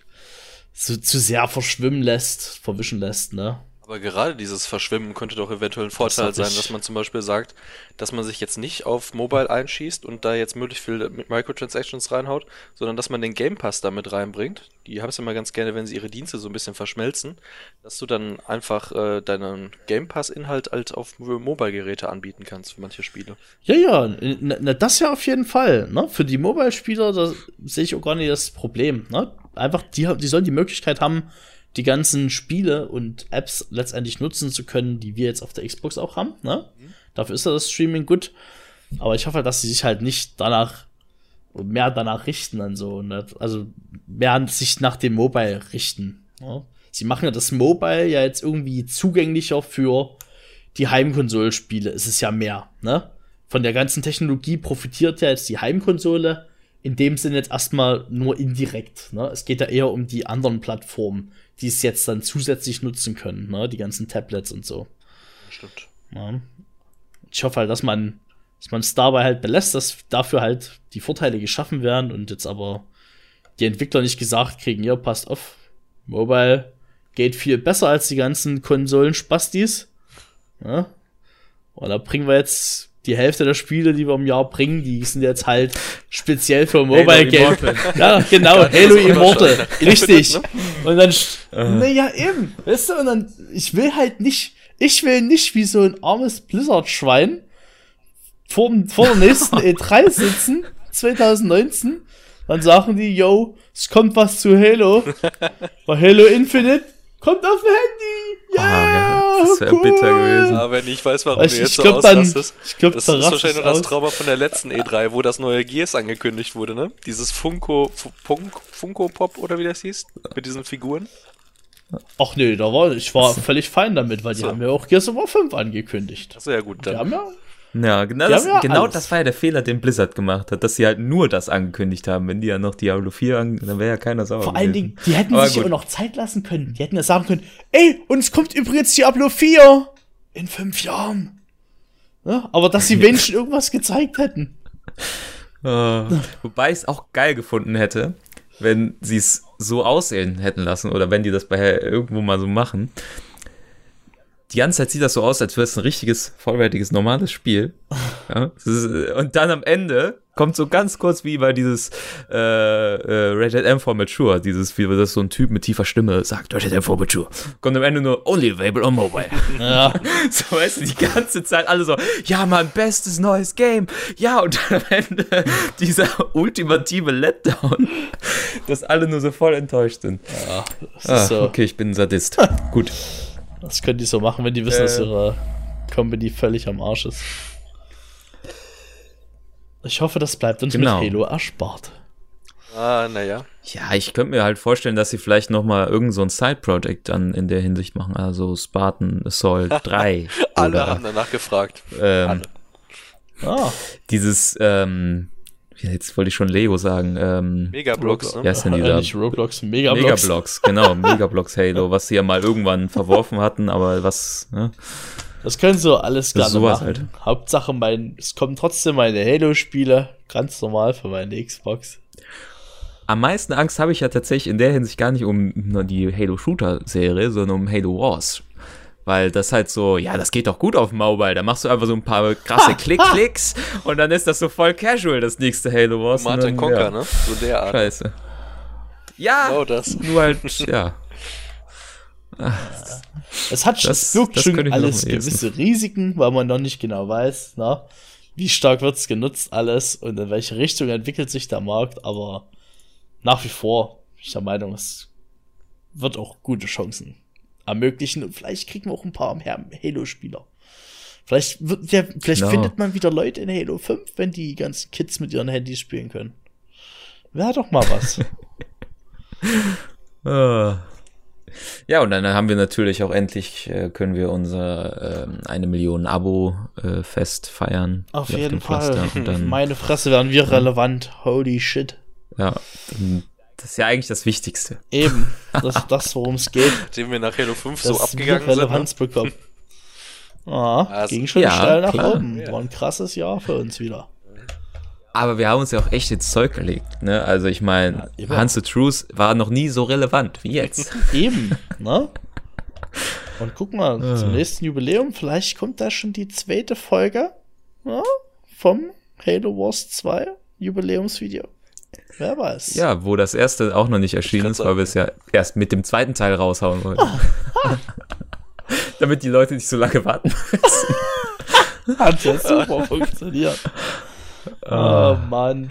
so zu sehr verschwimmen lässt, verwischen lässt, ne?
Aber gerade dieses Verschwimmen könnte doch eventuell ein Vorteil
Das hab
sein,
ich-
dass man zum Beispiel sagt, dass man sich jetzt nicht auf Mobile einschießt und da jetzt möglichst viel mit Microtransactions reinhaut, sondern dass man den Game Pass da mit reinbringt. Die haben es immer ganz gerne, wenn sie ihre Dienste so ein bisschen verschmelzen, dass du dann einfach äh, deinen Game Pass-Inhalt halt auf Mobile-Geräte anbieten kannst für manche Spiele.
Ja, ja, na, na, das ja auf jeden Fall, ne? Für die Mobile-Spieler, da sehe ich auch gar nicht das Problem, ne? Einfach, die, die sollen die Möglichkeit haben, die ganzen Spiele und Apps letztendlich nutzen zu können, die wir jetzt auf der Xbox auch haben, ne? Dafür ist ja das Streaming gut. Aber ich hoffe, dass sie sich halt nicht danach, mehr danach richten und so, ne? Also mehr sich nach dem Mobile richten, ne? Sie machen ja das Mobile ja jetzt irgendwie zugänglicher für die Heimkonsolspiele. Es ist ja mehr, ne? Von der ganzen Technologie profitiert ja jetzt die Heimkonsole in dem Sinne jetzt erstmal nur indirekt, ne? Es geht ja eher um die anderen Plattformen, die es jetzt dann zusätzlich nutzen können, ne? Die ganzen Tablets und so.
Stimmt.
Ja. Ich hoffe halt, dass man dass man es dabei halt belässt, dass dafür halt die Vorteile geschaffen werden und jetzt aber die Entwickler nicht gesagt kriegen, ja, passt auf, Mobile geht viel besser als die ganzen Konsolen-Spastis. Ja? Und da bringen wir jetzt die Hälfte der Spiele, die wir im Jahr bringen, die sind jetzt halt speziell für Mobile Game. Ja, genau, Halo Immortal. Richtig. Und dann, naja, eben, weißt du, und dann, ich will halt nicht, ich will nicht wie so ein armes Blizzard-Schwein vor, vor der nächsten E drei sitzen, zwanzig neunzehn, dann sagen die, yo, es kommt was zu Halo, bei Halo Infinite, kommt auf dem Handy, yeah,
Ah, ja, das wäre
cool.
bitter gewesen.
Aber wenn ich weiß, warum
Ich-
du jetzt
ich
so
glaub, dann-
ausrastest,
ich glaub,
das
da
ist
rast
wahrscheinlich
es
nur das
aus.
Trauma von der letzten E drei, wo das neue Gears angekündigt wurde, ne? Dieses Funko, Fu- Funk, Funko Pop oder wie das hieß, mit diesen Figuren.
Ach nee, da war, ich war völlig fein damit, weil die
So.
haben ja auch Gears of War fünf angekündigt.
Achso, ja gut,
Die
dann.
haben ja,
Ja, genau,
Die
das,
haben ja
genau
alles.
das war ja der Fehler, den Blizzard gemacht hat, dass sie halt nur das angekündigt haben. Wenn die ja noch Diablo vier an, dann wäre ja keiner sauer
vor allen
gewesen.
Dingen, die hätten
Aber
sich ja
gut.
auch noch Zeit lassen können. Die hätten ja sagen können, ey, uns kommt übrigens Diablo vier in fünf Jahren. Ja, aber dass sie wenigstens irgendwas gezeigt hätten.
Äh, wobei ich es auch geil gefunden hätte, wenn sie es so aussehen hätten lassen oder wenn die das bei irgendwo mal so machen. Die ganze Zeit sieht das so aus, als wäre es ein richtiges, vollwertiges, normales Spiel. Ja, das ist, und dann am Ende kommt so ganz kurz wie bei dieses äh, äh, Rated M for Mature, dieses, wie das so ein Typ mit tiefer Stimme sagt, Rated M for Mature. Kommt am Ende nur only available on mobile.
Ja.
So, weißt du, die ganze Zeit alle so, ja, Mann, bestes neues Game. Ja, und dann am Ende dieser ultimative Letdown, dass alle nur so voll enttäuscht sind.
Das
Ah,
ist so.
okay, ich bin ein Sadist. Gut.
Das können die so machen, wenn die wissen,
Äh.
dass ihre Company völlig am Arsch ist. Ich hoffe, das bleibt uns
Genau.
mit Halo erspart.
Ah, naja.
Ja, ich könnte mir halt vorstellen, dass sie vielleicht noch mal irgend so ein Side-Project dann in der Hinsicht machen, also Spartan Assault drei
Alle
oder
haben danach gefragt.
ähm,
Ah,
dieses, ähm, jetzt wollte ich schon Lego sagen, ähm,
Megablocks,
wie
ne?
heißt denn
äh,
dieser?
nicht Roblox, Megablocks.
Megablocks, genau, Megablocks Halo, was sie ja mal irgendwann verworfen hatten, aber was, ne?
Das können sie alles
Das
gerne
ist sowas
machen.
halt.
Hauptsache, mein, es kommen trotzdem meine Halo-Spiele, ganz normal für meine Xbox.
Am meisten Angst habe ich ja tatsächlich in der Hinsicht gar nicht um nur die Halo-Shooter-Serie, sondern um Halo Wars. Weil das halt so, ja, das geht doch gut auf Mobile. Da machst du einfach so ein paar krasse Klick-Klicks und dann ist das so voll casual, das nächste Halo Wars. und
Command and
dann,
Conquer,
ja,
ne? So der Art.
Scheiße. Ja,
Genau das.
nur halt, ja.
Es hat
Das-
birgt
das
schon
könnte ich mir noch
alles
am ehesten.
gewisse Risiken, weil man noch nicht genau weiß, na, wie stark wird es genutzt alles und in welche Richtung entwickelt sich der Markt, aber nach wie vor bin ich der Meinung, es wird auch gute Chancen ermöglichen und vielleicht kriegen wir auch ein paar mehr Halo-Spieler. Vielleicht, wird, ja, vielleicht
Genau.
findet man wieder Leute in Halo fünf, wenn die ganzen Kids mit ihren Handys spielen können. Wäre doch mal was.
Ah. Ja, und dann haben wir natürlich auch endlich, äh, können wir unser ähm, eine Million Abo äh, Fest feiern.
Auf
hier
jeden
dem Pflaster.
Fall.
Und dann,
Meine Fresse, wären wir relevant. Holy shit.
ja, dann, das ist ja eigentlich das Wichtigste.
Eben, das ist das, worum es geht,
Nachdem wir nach Halo fünf
dass
so abgegangen
wir
sind. Ne?
Relevanz bekommen. Ah,
Also-
ging schon
Ja,
steil nach
klar.
oben.
Ja.
War ein krasses Jahr für uns wieder.
Aber wir haben uns ja auch echt ins Zeug gelegt, ne? Also ich meine,
Ja, immer.
Hans the Truth war noch nie so relevant wie jetzt.
Eben, ne? Und guck mal, zum nächsten Jubiläum, vielleicht kommt da schon die zweite Folge, ja, vom Halo Wars zwei Jubiläumsvideo. Wer weiß.
Ja, wo das erste auch noch nicht erschienen
grad
ist, weil wir es ja erst mit dem zweiten Teil raushauen wollten. Damit die Leute nicht so lange warten müssen.
Hat ja super funktioniert. Oh Mann.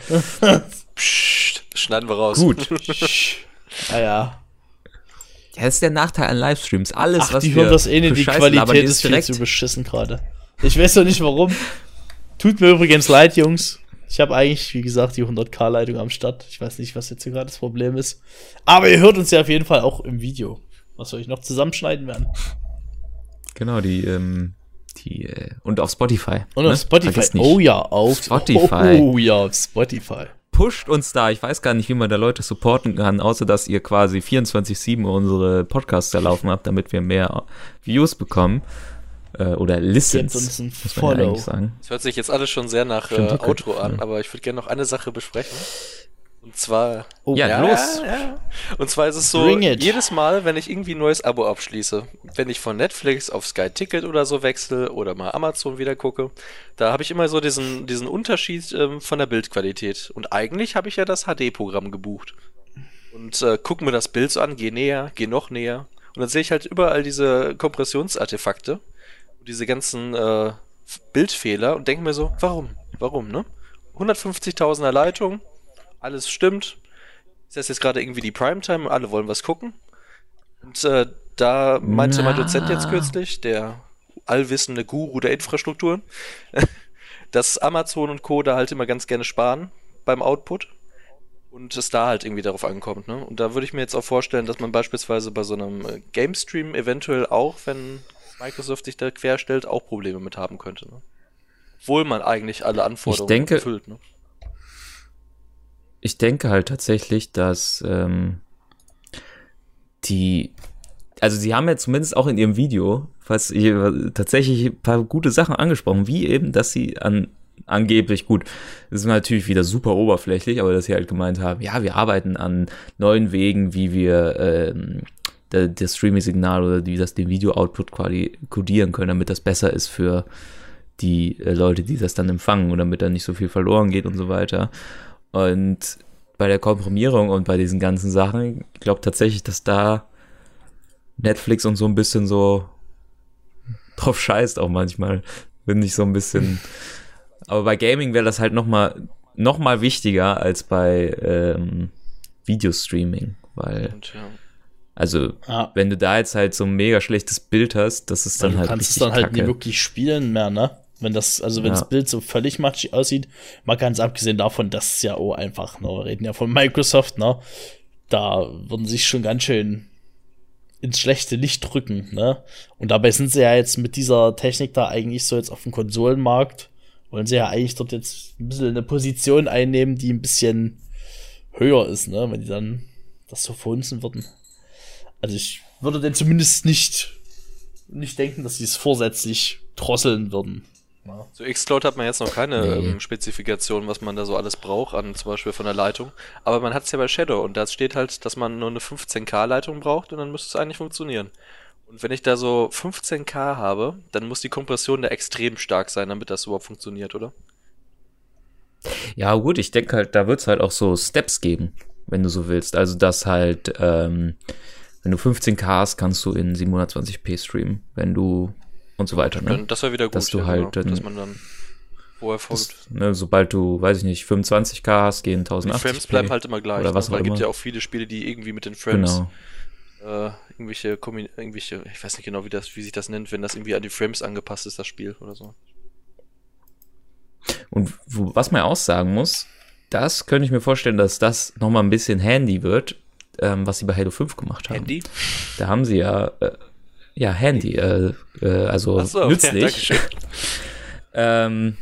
Psst, das schneiden wir raus.
Gut.
Naja.
Ja, das ist der Nachteil an Livestreams. Alles,
Ach,
was
die
wir
hören das eh nicht,
für
die
Scheiße labern,
Qualität
die
ist viel
direkt.
zu beschissen gerade. Ich weiß doch nicht warum. Tut mir übrigens leid, Jungs. Ich habe eigentlich, wie gesagt, die hundert K Leitung am Start. Ich weiß nicht, was jetzt hier gerade das Problem ist. Aber ihr hört uns ja auf jeden Fall auch im Video. Was soll ich noch zusammenschneiden werden?
Genau, die, ähm, die, äh, und auf Spotify.
Und
ne?
auf Spotify.
Vergiss nicht.
Oh ja, auf
Spotify.
Oh ja, auf Spotify.
Pusht uns da. Ich weiß gar nicht, wie man da Leute supporten kann, außer dass ihr quasi vierundzwanzig sieben unsere Podcasts da laufen habt, damit wir mehr Views bekommen. Äh, oder Listens,
Gebt uns ein
muss man ja
Follow.
eigentlich sagen.
Das hört sich jetzt alles schon sehr nach
Stimmt,
äh,
okay.
Outro an,
Ja.
aber ich würde gerne noch eine Sache besprechen. Und zwar.
Oh,
Ja, los.
Ja, ja. Und zwar ist es so,
Bring it.
jedes Mal, wenn ich irgendwie ein neues Abo abschließe, wenn ich von Netflix auf Sky Ticket oder so wechsle oder mal Amazon wieder gucke, da habe ich immer so diesen, diesen Unterschied ähm, von der Bildqualität. Und eigentlich habe ich ja das H D-Programm gebucht. Und äh, gucke mir das Bild so an, gehe näher, gehe noch näher. Und dann sehe ich halt überall diese Kompressionsartefakte und diese ganzen äh, Bildfehler und denke mir so, warum? Warum, ne? hundertfünfzigtausender Leitung, alles stimmt. Ist das jetzt gerade irgendwie die Primetime und alle wollen was gucken? Und äh, da meinte mein Dozent jetzt kürzlich, der allwissende Guru der Infrastrukturen, dass Amazon und Co. da halt immer ganz gerne sparen beim Output. und es da halt irgendwie darauf ankommt, ne? Und da würde ich mir jetzt auch vorstellen, dass man beispielsweise bei so einem äh, Game Stream eventuell auch, wenn Microsoft sich da querstellt, auch Probleme mit haben könnte, ne? Obwohl man eigentlich alle Anforderungen
Ich denke-
erfüllt, ne?
Ich denke halt tatsächlich, dass ähm, die, also sie haben ja zumindest auch in ihrem Video fast ihr, tatsächlich ein paar gute Sachen angesprochen, wie eben, dass sie an angeblich, gut, das ist natürlich wieder super oberflächlich, aber dass sie halt gemeint haben, ja, wir arbeiten an neuen Wegen, wie wir ähm, der, das Streaming-Signal oder wie das den Video-Output quasi codieren können, damit das besser ist für die äh, Leute, die das dann empfangen und damit da nicht so viel verloren geht und so weiter. Und bei der Komprimierung und bei diesen ganzen Sachen, ich glaube tatsächlich, dass da Netflix und so ein bisschen so drauf scheißt auch manchmal, finde ich so ein bisschen. Aber bei Gaming wäre das halt nochmal noch mal wichtiger als bei ähm, Videostreaming, weil
Und, ja.
also
Ja.
wenn du da jetzt halt so ein mega schlechtes Bild hast, das ist dann
du
halt
kannst es
richtig
dann halt
kacke.
nie wirklich spielen mehr, ne? Wenn das, also wenn
Ja.
das Bild so völlig matschig aussieht, mal ganz abgesehen davon, dass es ja auch einfach, ne, wir reden ja von Microsoft, ne? Da würden sich schon ganz schön ins schlechte Licht drücken, ne? Und dabei sind sie ja jetzt mit dieser Technik da eigentlich so jetzt auf dem Konsolenmarkt, wollen sie ja eigentlich dort jetzt ein bisschen eine Position einnehmen, die ein bisschen höher ist, ne? Wenn die dann das so verhunzen würden. Also ich würde denn zumindest nicht, nicht denken, dass sie es vorsätzlich drosseln würden. Ja.
So xCloud hat man jetzt noch keine
Nee.
ähm, Spezifikation, was man da so alles braucht, an zum Beispiel von der Leitung. Aber man hat es ja bei Shadow und da steht halt, dass man nur eine fünfzehn K Leitung braucht und dann müsste es eigentlich funktionieren. Und wenn ich da so fünfzehn K habe, dann muss die Kompression da extrem stark sein, damit das überhaupt funktioniert, oder?
Ja gut, ich denke halt, da wird es halt auch so Steps geben, wenn du so willst. Also dass halt, ähm, wenn du fünfzehn K hast, kannst du in siebenhundertzwanzig p streamen, wenn du und so weiter. Ne?
Dann, das wäre wieder gut,
Dass du
ja,
halt
genau,
dann-
dass man dann vorher
Das,
vorgibt.
ne, sobald du, weiß ich nicht, fünfundzwanzig K hast, gehen
Die
tausendachtzig
Frames bleiben halt immer gleich,
oder
ne?
was
Weil
auch
es gibt
immer.
ja auch viele Spiele, die irgendwie mit den Frames
Genau.
äh, irgendwelche, Kombi- irgendwelche, ich weiß nicht genau, wie das, wie sich das nennt, wenn das irgendwie an die Frames angepasst ist, das Spiel oder so.
Und wo, was man auch sagen muss, das könnte ich mir vorstellen, dass das nochmal ein bisschen handy wird, ähm, was sie bei Halo fünf gemacht haben.
Handy?
Da haben sie ja, äh, ja, Handy, äh, äh, also
Ach so, ja,
nützlich.
Dankeschön.
ähm,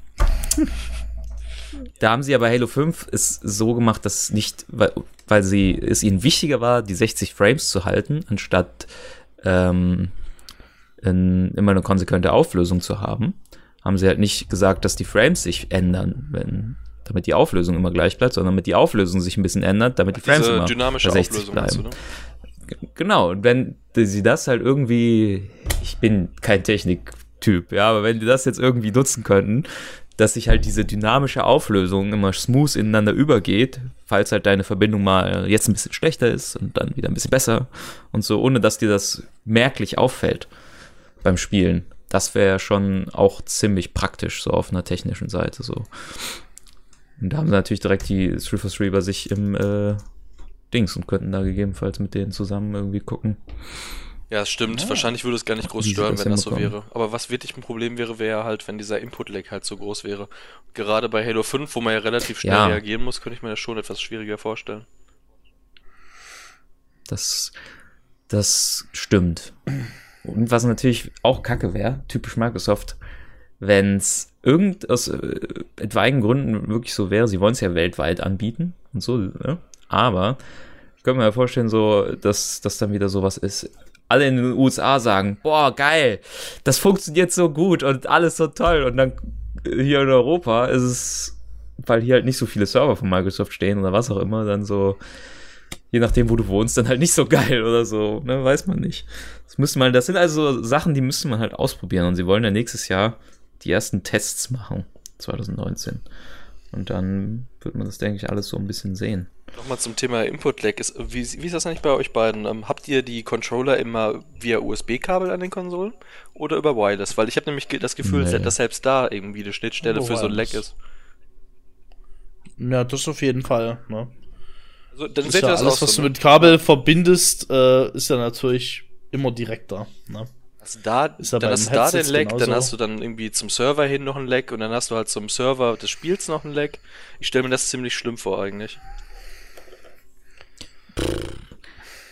da haben sie ja bei Halo fünf es so gemacht, dass nicht, weil, weil sie, es ihnen wichtiger war, die sechzig Frames zu halten, anstatt ähm, in, immer eine konsequente Auflösung zu haben, haben sie halt nicht gesagt, dass die Frames sich ändern, wenn, damit die Auflösung immer gleich bleibt, sondern damit die Auflösung sich ein bisschen ändert, damit die Frames
Diese
immer
dynamische
bei sechzig
Auflösung, meinst
bleiben.
du, ne?
Genau, und wenn sie das halt irgendwie, ich bin kein Techniktyp, ja, aber wenn die das jetzt irgendwie nutzen könnten, dass sich halt diese dynamische Auflösung immer smooth ineinander übergeht, falls halt deine Verbindung mal jetzt ein bisschen schlechter ist und dann wieder ein bisschen besser und so, ohne dass dir das merklich auffällt beim Spielen. Das wäre schon auch ziemlich praktisch, so auf einer technischen Seite, so. Und da haben sie natürlich direkt die drei vier drei bei sich im äh, Dings und könnten da gegebenenfalls mit denen zusammen irgendwie gucken.
Ja, es stimmt. Wahrscheinlich würde es gar nicht groß
Wie sie
stören,
das
wenn das so
hinbekommen.
wäre. Aber was wirklich ein Problem wäre, wäre halt, wenn dieser Input-Lag halt so groß wäre. Gerade bei Halo fünf, wo man ja relativ schnell
Ja.
reagieren muss, könnte ich mir das schon etwas schwieriger vorstellen.
Das, das stimmt. Und was natürlich auch kacke wäre, typisch Microsoft, wenn es irgend aus äh, etwaigen Gründen wirklich so wäre, sie wollen es ja weltweit anbieten und so, ne? Aber ich könnte mir ja vorstellen, so, dass das dann wieder sowas ist. Alle in den U S A sagen, boah, geil, das funktioniert so gut und alles so toll. Und dann hier in Europa ist es, weil hier halt nicht so viele Server von Microsoft stehen oder was auch immer, dann so, je nachdem, wo du wohnst, dann halt nicht so geil oder so, ne, weiß man nicht. Das müsste man, das sind also Sachen, die müsste man halt ausprobieren und sie wollen ja nächstes Jahr die ersten Tests machen, zwanzig neunzehn. Und dann wird man das, denke ich, alles so ein bisschen sehen.
Nochmal zum Thema Input-Lag. Ist, wie, wie ist das eigentlich bei euch beiden? Ähm, habt ihr die Controller immer via U S B-Kabel an den Konsolen oder über Wireless? Weil ich habe nämlich ge- das Gefühl,
Nee.
dass selbst da irgendwie eine Schnittstelle
Über
für so ein Lag
Wireless.
ist.
Ja, das auf jeden Fall, ne?
Also, dann
Ist
seht
ja
ihr das
alles,
auch
was
so,
du
ne?
mit Kabel verbindest, äh, ist ja natürlich immer direkter, ne?
Also da,
Ist ja
dann
beim
hast du da den
Headsets
Lag, dann
genauso.
hast du dann irgendwie zum Server hin noch einen Lag und dann hast du halt zum Server des Spiels noch einen Lag. Ich stelle mir das ziemlich schlimm vor eigentlich.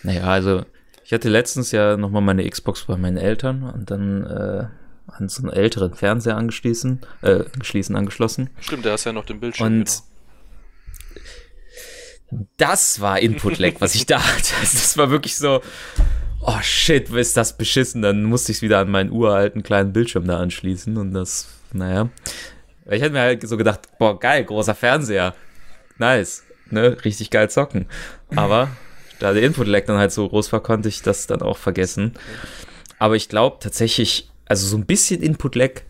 Naja, also ich hatte letztens ja nochmal meine Xbox bei meinen Eltern und dann äh, an so einen älteren Fernseher angeschlossen, äh, angeschließen, angeschlossen.
Stimmt, der hast ja noch den Bildschirm.
Und
genau.
Das war Input-Lag, was ich da hatte. Das war wirklich so, oh shit, ist das beschissen. Dann musste ich es wieder an meinen uralten kleinen Bildschirm da anschließen und das, naja. Ich hätte mir halt so gedacht, boah, geil, großer Fernseher. Nice, ne, richtig geil zocken. Aber da der Input-Lag dann halt so groß war, konnte ich das dann auch vergessen. Aber ich glaube tatsächlich, also so ein bisschen Input-Lag,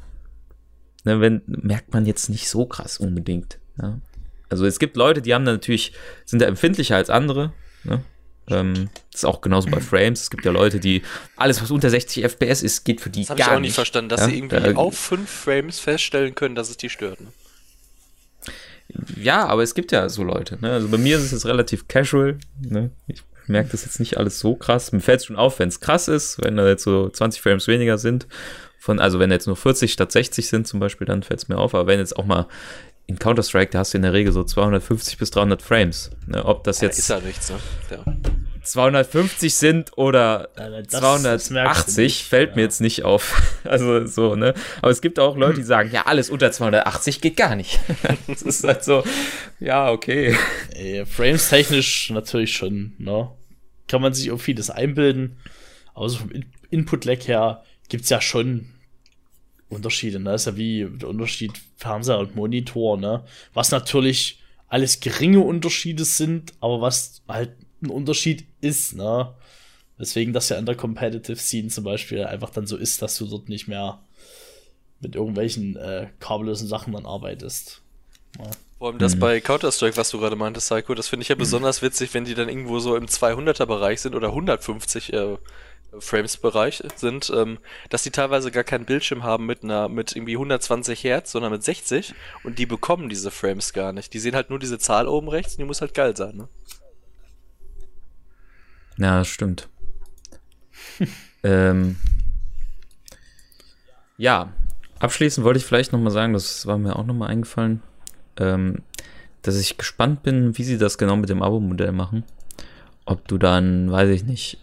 ne, wenn, merkt man jetzt nicht so krass unbedingt. Ja. Also es gibt Leute, die haben da natürlich, sind da empfindlicher als andere. Ne? Ähm, das ist auch genauso bei Frames. Es gibt ja Leute, die, alles was unter sechzig F P S ist, geht für die
das
gar
nicht. Das habe ich auch
nicht
nicht verstanden, dass
ja?
sie irgendwie
da,
auf fünf Frames feststellen können, dass es die stört. Ne?
Ja, aber es gibt ja so Leute. Ne? Also bei mir ist es jetzt relativ casual. Ne? Ich merke das jetzt nicht alles so krass. Mir fällt es schon auf, wenn es krass ist, wenn da jetzt so zwanzig Frames weniger sind. Von, also wenn jetzt nur vierzig statt sechzig sind zum Beispiel, dann fällt es mir auf. Aber wenn jetzt auch mal in Counter-Strike, da hast du in der Regel so zweihundertfünfzig bis dreihundert Frames. Ne? Ob das jetzt
ja, ist ja nichts, ne? Ja.
zweihundertfünfzig sind oder
Ja, das,
zweihundertachtzig,
das
fällt
ja.
mir jetzt nicht auf. Also so, ne? Aber es gibt auch Leute, die sagen, ja, alles unter zweihundertachtzig geht gar nicht. Das ist halt so, ja, okay.
Ey, Frames technisch natürlich schon, ne? Kann man sich auf vieles einbilden. Aber so vom In- Input-Lag her gibt's ja schon Unterschiede, ne? Das ist ja wie der Unterschied Fernseher und Monitor, ne? Was natürlich alles geringe Unterschiede sind, aber was halt ein Unterschied ist, ne? Deswegen das ja in der Competitive Scene zum Beispiel einfach dann so ist, dass du dort nicht mehr mit irgendwelchen äh, kabellosen Sachen dann arbeitest. Ja.
Vor allem das
Mhm.
bei Counter-Strike, was du gerade meintest, Psycho, das finde ich ja besonders witzig, wenn die dann irgendwo so im zweihunderter-Bereich sind oder hundertfünfzig äh, Frames-Bereich sind, ähm, dass die teilweise gar keinen Bildschirm haben mit einer mit irgendwie hundertzwanzig Hertz, sondern mit sechzig und die bekommen diese Frames gar nicht. Die sehen halt nur diese Zahl oben rechts und die muss halt geil sein, ne?
Ja, das stimmt. ähm, ja, abschließend wollte ich vielleicht nochmal sagen, das war mir auch nochmal eingefallen, ähm, dass ich gespannt bin, wie sie das genau mit dem Abo-Modell machen. Ob du dann, weiß ich nicht,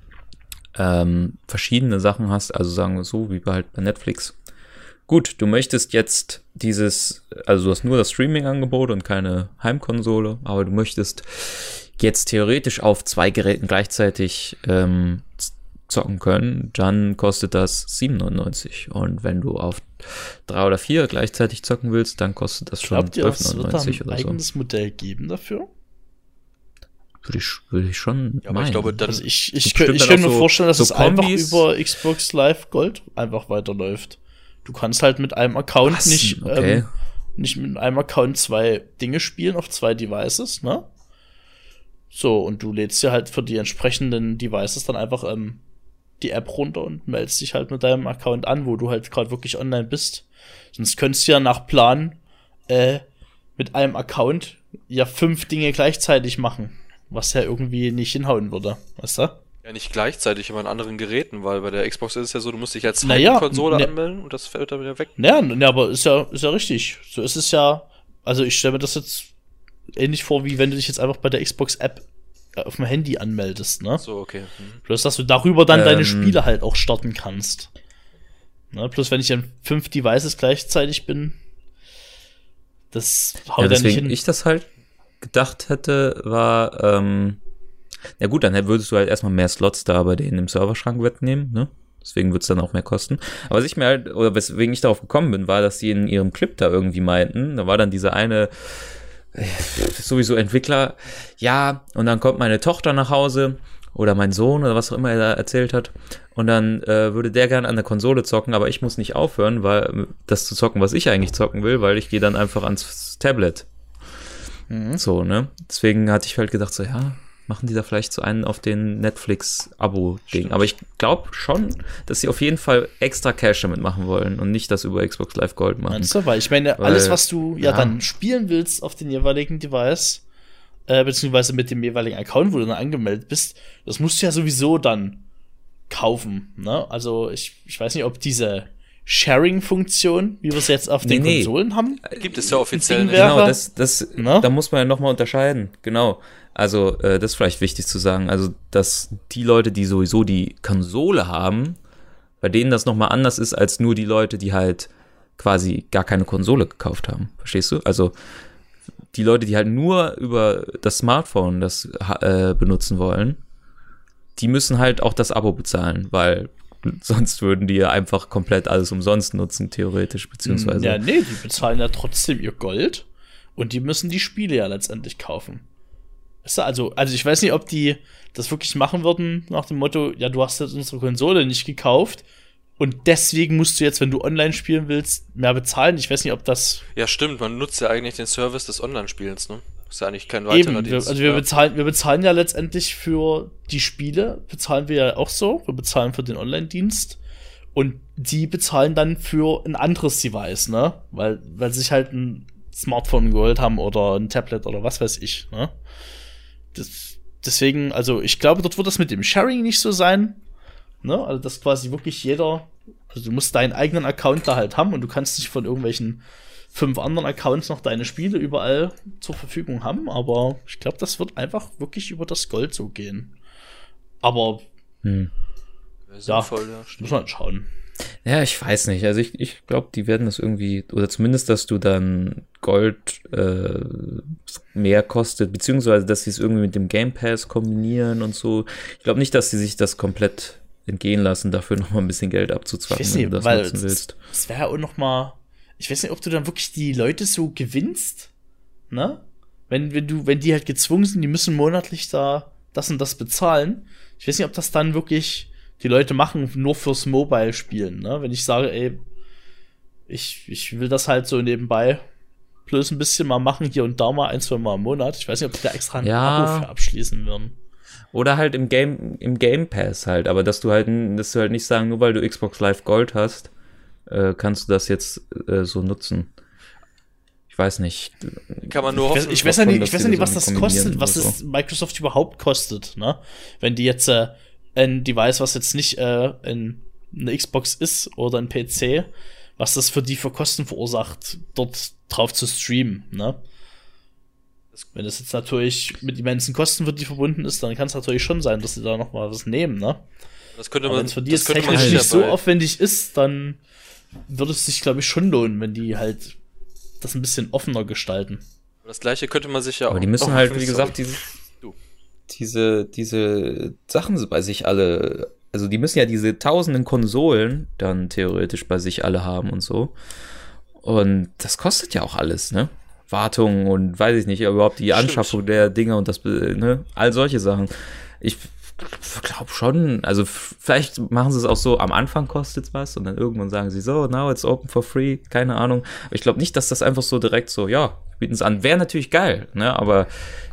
ähm, verschiedene Sachen hast, also sagen wir so, wie bei halt bei Netflix. Gut, du möchtest jetzt dieses, also du hast nur das Streaming-Angebot und keine Heimkonsole, aber du möchtest jetzt theoretisch auf zwei Geräten gleichzeitig ähm, zocken können, dann kostet das sieben neunundneunzig. Und wenn du auf drei oder vier gleichzeitig zocken willst, dann kostet das schon
Glaubt ihr,
zwölf
es wird da
neunundneunzig
ein
oder so.
eigenes Modell geben dafür?
Würde ich, würde ich schon
Ja, aber
meinen.
ich glaube, dann
Also ich, ich,
gibt
kö-
bestimmt
ich
dann
könnte
auch
mir
so-
vorstellen, dass
so
es einfach
Kombis.
über Xbox Live Gold einfach weiterläuft. Du kannst halt mit einem Account
Was?
nicht,
Okay.
ähm, nicht mit einem Account zwei Dinge spielen auf zwei Devices, ne? So, und du lädst dir halt für die entsprechenden Devices dann einfach ähm, die App runter und meldest dich halt mit deinem Account an, wo du halt gerade wirklich online bist. Sonst könntest du ja nach Plan äh, mit einem Account ja fünf Dinge gleichzeitig machen, was ja irgendwie nicht hinhauen würde, weißt du?
ja nicht gleichzeitig, aber an anderen Geräten, weil bei der Xbox ist es ja so, du musst dich als
Naja,
Konsole
ne-
anmelden und das fällt dann wieder weg.
Ja, ne, aber ist ja, ist ja richtig. So ist es ja, also ich stelle mir das jetzt ähnlich vor, wie wenn du dich jetzt einfach bei der Xbox-App auf dem Handy anmeldest, ne?
So, okay. Hm.
Plus, dass du darüber dann
Ähm.
deine Spiele halt auch starten kannst. Ne? Plus, wenn ich an fünf Devices gleichzeitig bin, das haut
Ja,
ja nicht
deswegen
hin.
ich das halt gedacht hätte, war, ähm, na gut, dann würdest du halt erstmal mehr Slots da bei denen im Serverschrank wegnehmen, ne? Deswegen wird es dann auch mehr kosten. Aber was ich mir halt, oder weswegen ich darauf gekommen bin, war, dass sie in ihrem Clip da irgendwie meinten, da war dann dieser eine, äh, sowieso Entwickler, ja, und dann kommt meine Tochter nach Hause oder mein Sohn oder was auch immer er da erzählt hat und dann äh, würde der gerne an der Konsole zocken, aber ich muss nicht aufhören, weil das zu zocken, was ich eigentlich zocken will, weil ich gehe dann einfach ans Tablet.
Mhm.
So, ne? Deswegen hatte ich halt gedacht, so, ja, machen die da vielleicht so einen auf den Netflix-Abo-Ding. Aber ich glaube schon, dass sie auf jeden Fall extra Cash damit machen wollen und nicht das über Xbox Live Gold machen.
Meinst du? Weil ich meine,
Weil,
alles, was du ja,
ja.
dann spielen willst auf den jeweiligen Device, äh, beziehungsweise mit dem jeweiligen Account, wo du dann angemeldet bist, das musst du ja sowieso dann kaufen, ne? Also ich, ich weiß nicht, ob diese Sharing-Funktion, wie wir es jetzt auf
Nee,
den
nee.
Konsolen haben.
Gibt es ja offiziell
Ding
nicht.
wäre-
Genau, das, das,
Ne?
da muss man ja nochmal unterscheiden. Genau. Also, äh, das ist vielleicht wichtig zu sagen. Also, dass die Leute, die sowieso die Konsole haben, bei denen das nochmal anders ist als nur die Leute, die halt quasi gar keine Konsole gekauft haben. Verstehst du? Also, die Leute, die halt nur über das Smartphone das äh, benutzen wollen, die müssen halt auch das Abo bezahlen, weil sonst würden die ja einfach komplett alles umsonst nutzen, theoretisch, beziehungsweise.
Ja, nee, die bezahlen ja trotzdem ihr Gold und die müssen die Spiele ja letztendlich kaufen. Weißt du, also, also ich weiß nicht, ob die das wirklich machen würden nach dem Motto, ja, du hast jetzt unsere Konsole nicht gekauft und deswegen musst du jetzt, wenn du online spielen willst, mehr bezahlen. Ich weiß nicht, ob das
Ja, stimmt, man nutzt ja eigentlich den Service des Online-Spielens, ne? Ist ja eigentlich kein weiterer
eben, wir,
Dienst.
also wir
ja.
bezahlen, wir bezahlen ja letztendlich für die Spiele, bezahlen wir ja auch so, wir bezahlen für den Online-Dienst und die bezahlen dann für ein anderes Device, ne? Weil, weil sie sich halt ein Smartphone geholt haben oder ein Tablet oder was weiß ich, ne? Das, deswegen, also ich glaube, dort wird das mit dem Sharing nicht so sein, ne? Also dass quasi wirklich jeder, also du musst deinen eigenen Account da halt haben und du kannst nicht von irgendwelchen fünf anderen Accounts noch deine Spiele überall zur Verfügung haben, aber ich glaube, das wird einfach wirklich über das Gold so gehen. Aber
Hm.
Wäre
ja,
sinnvoll, ja, stimmt.
muss man schauen.
Ja, ich weiß nicht. Also ich, ich glaube, die werden das irgendwie, oder zumindest, dass du dann Gold äh, mehr kostet, beziehungsweise, dass sie es irgendwie mit dem Game Pass kombinieren und so. Ich glaube nicht, dass sie sich das komplett entgehen lassen, dafür noch mal ein bisschen Geld
Ich
abzuzwacken,
weiß
wenn
nicht,
du das
weil
nutzen willst.
es wäre ja auch noch mal, ich weiß nicht, ob du dann wirklich die Leute so gewinnst, ne? Wenn, wenn du, wenn die halt gezwungen sind, die müssen monatlich da das und das bezahlen. Ich weiß nicht, ob das dann wirklich die Leute machen, nur fürs Mobile-Spielen, ne? Wenn ich sage, ey, ich, ich will das halt so nebenbei bloß ein bisschen mal machen, hier und da mal ein, zwei Mal im Monat. Ich weiß nicht, ob die da extra ein
Ja.
Abo für abschließen würden.
Oder halt im Game, im Game Pass halt, aber dass du halt, dass du halt nicht sagen, nur weil du Xbox Live Gold hast, äh, kannst du das jetzt äh, so nutzen. Ich weiß nicht.
Kann man nur
Ich weiß,
hoffen.
ich weiß ja nicht,
dass
ich weiß
die
ja nicht,
das
was das
irgendwie
kostet,
kombinieren
was
oder
es Microsoft überhaupt kostet, ne? Wenn die jetzt äh, ein Device, was jetzt nicht äh, ein, eine Xbox ist oder ein P C, was das für die für Kosten verursacht, dort drauf zu streamen, ne? Wenn das jetzt natürlich mit immensen Kosten für die verbunden ist, dann kann es natürlich schon sein, dass sie da noch mal was nehmen, ne?
Das könnte
Aber
man,
wenn es für die
das
jetzt
könnte man
technisch
sich
nicht so
dabei-
aufwendig ist, dann würde es sich, glaube ich, schon lohnen, wenn die halt das ein bisschen offener gestalten.
Das gleiche könnte man sich ja
Aber
auch.
die müssen
oh,
halt,
sorry.
wie gesagt, diese,
Du.
diese, diese Sachen bei sich alle, also die müssen ja diese tausenden Konsolen dann theoretisch bei sich alle haben und so. Und das kostet ja auch alles, ne? Wartung und weiß ich nicht, überhaupt die
Stimmt.
Anschaffung der Dinger und das, ne? All solche Sachen. Ich glaube schon, also f- vielleicht machen sie es auch so, am Anfang kostet es was und dann irgendwann sagen sie so, now it's open for free, keine Ahnung. Aber ich glaube nicht, dass das einfach so direkt so, ja, bieten es an. Wäre natürlich geil, ne? Aber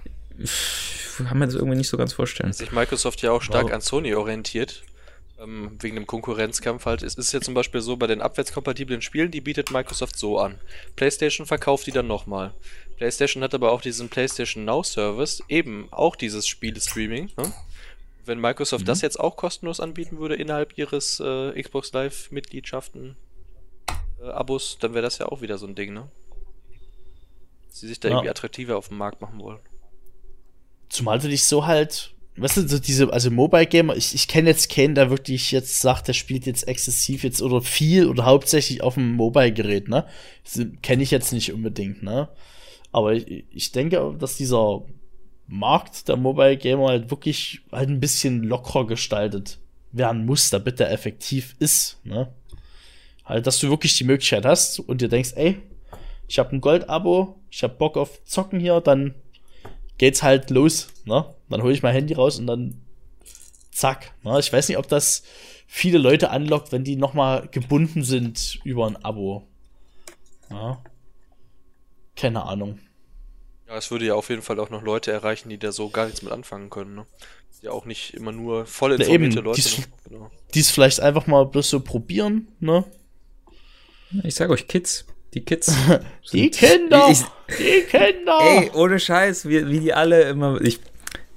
ich kann mir das irgendwie nicht so ganz vorstellen.
Sich Microsoft ja auch stark
Wow.
an Sony orientiert, ähm, wegen dem Konkurrenzkampf halt. Es ist ja zum Beispiel so, bei den abwärtskompatiblen Spielen, die bietet Microsoft so an. PlayStation verkauft die dann nochmal. PlayStation hat aber auch diesen PlayStation Now Service, eben auch dieses Spiele-Streaming. Ne? Wenn Microsoft das jetzt auch kostenlos anbieten würde innerhalb ihres äh, Xbox Live-Mitgliedschaften, äh, Abos, dann wäre das ja auch wieder so ein Ding, ne? Dass sie sich da
Ja.
irgendwie attraktiver auf dem Markt machen wollen.
Zumal du dich so halt, weißt du, so diese, also Mobile Gamer, ich, ich kenne jetzt keinen, der wirklich jetzt sagt, der spielt jetzt exzessiv jetzt oder viel oder hauptsächlich auf dem Mobile-Gerät, ne? Das kenne ich jetzt nicht unbedingt, ne? Aber ich, ich denke, dass dieser Markt der Mobile Gamer halt wirklich halt ein bisschen lockerer gestaltet werden muss, damit der effektiv ist, ne? Halt, dass du wirklich die Möglichkeit hast und dir denkst, ey, ich habe ein Gold-Abo, ich habe Bock auf Zocken hier, dann geht's halt los, ne? Dann hole ich mein Handy raus und dann zack, ne? Ich weiß nicht, ob das viele Leute anlockt, wenn die nochmal gebunden sind über ein Abo. Ja. Keine Ahnung.
Ja, es würde ja auf jeden Fall auch noch Leute erreichen, die da so gar nichts mit anfangen können, ne? Ja, auch nicht immer nur voll
Na
informierte
eben,
Leute.
dies-
ne? Genau.
Dies vielleicht einfach mal bloß so probieren, ne?
Ich sag euch, Kids, die Kids.
Die
sind-
Kinder!
Ich,
Die Kinder!
ey, ohne Scheiß, wie, wie die alle immer, ich,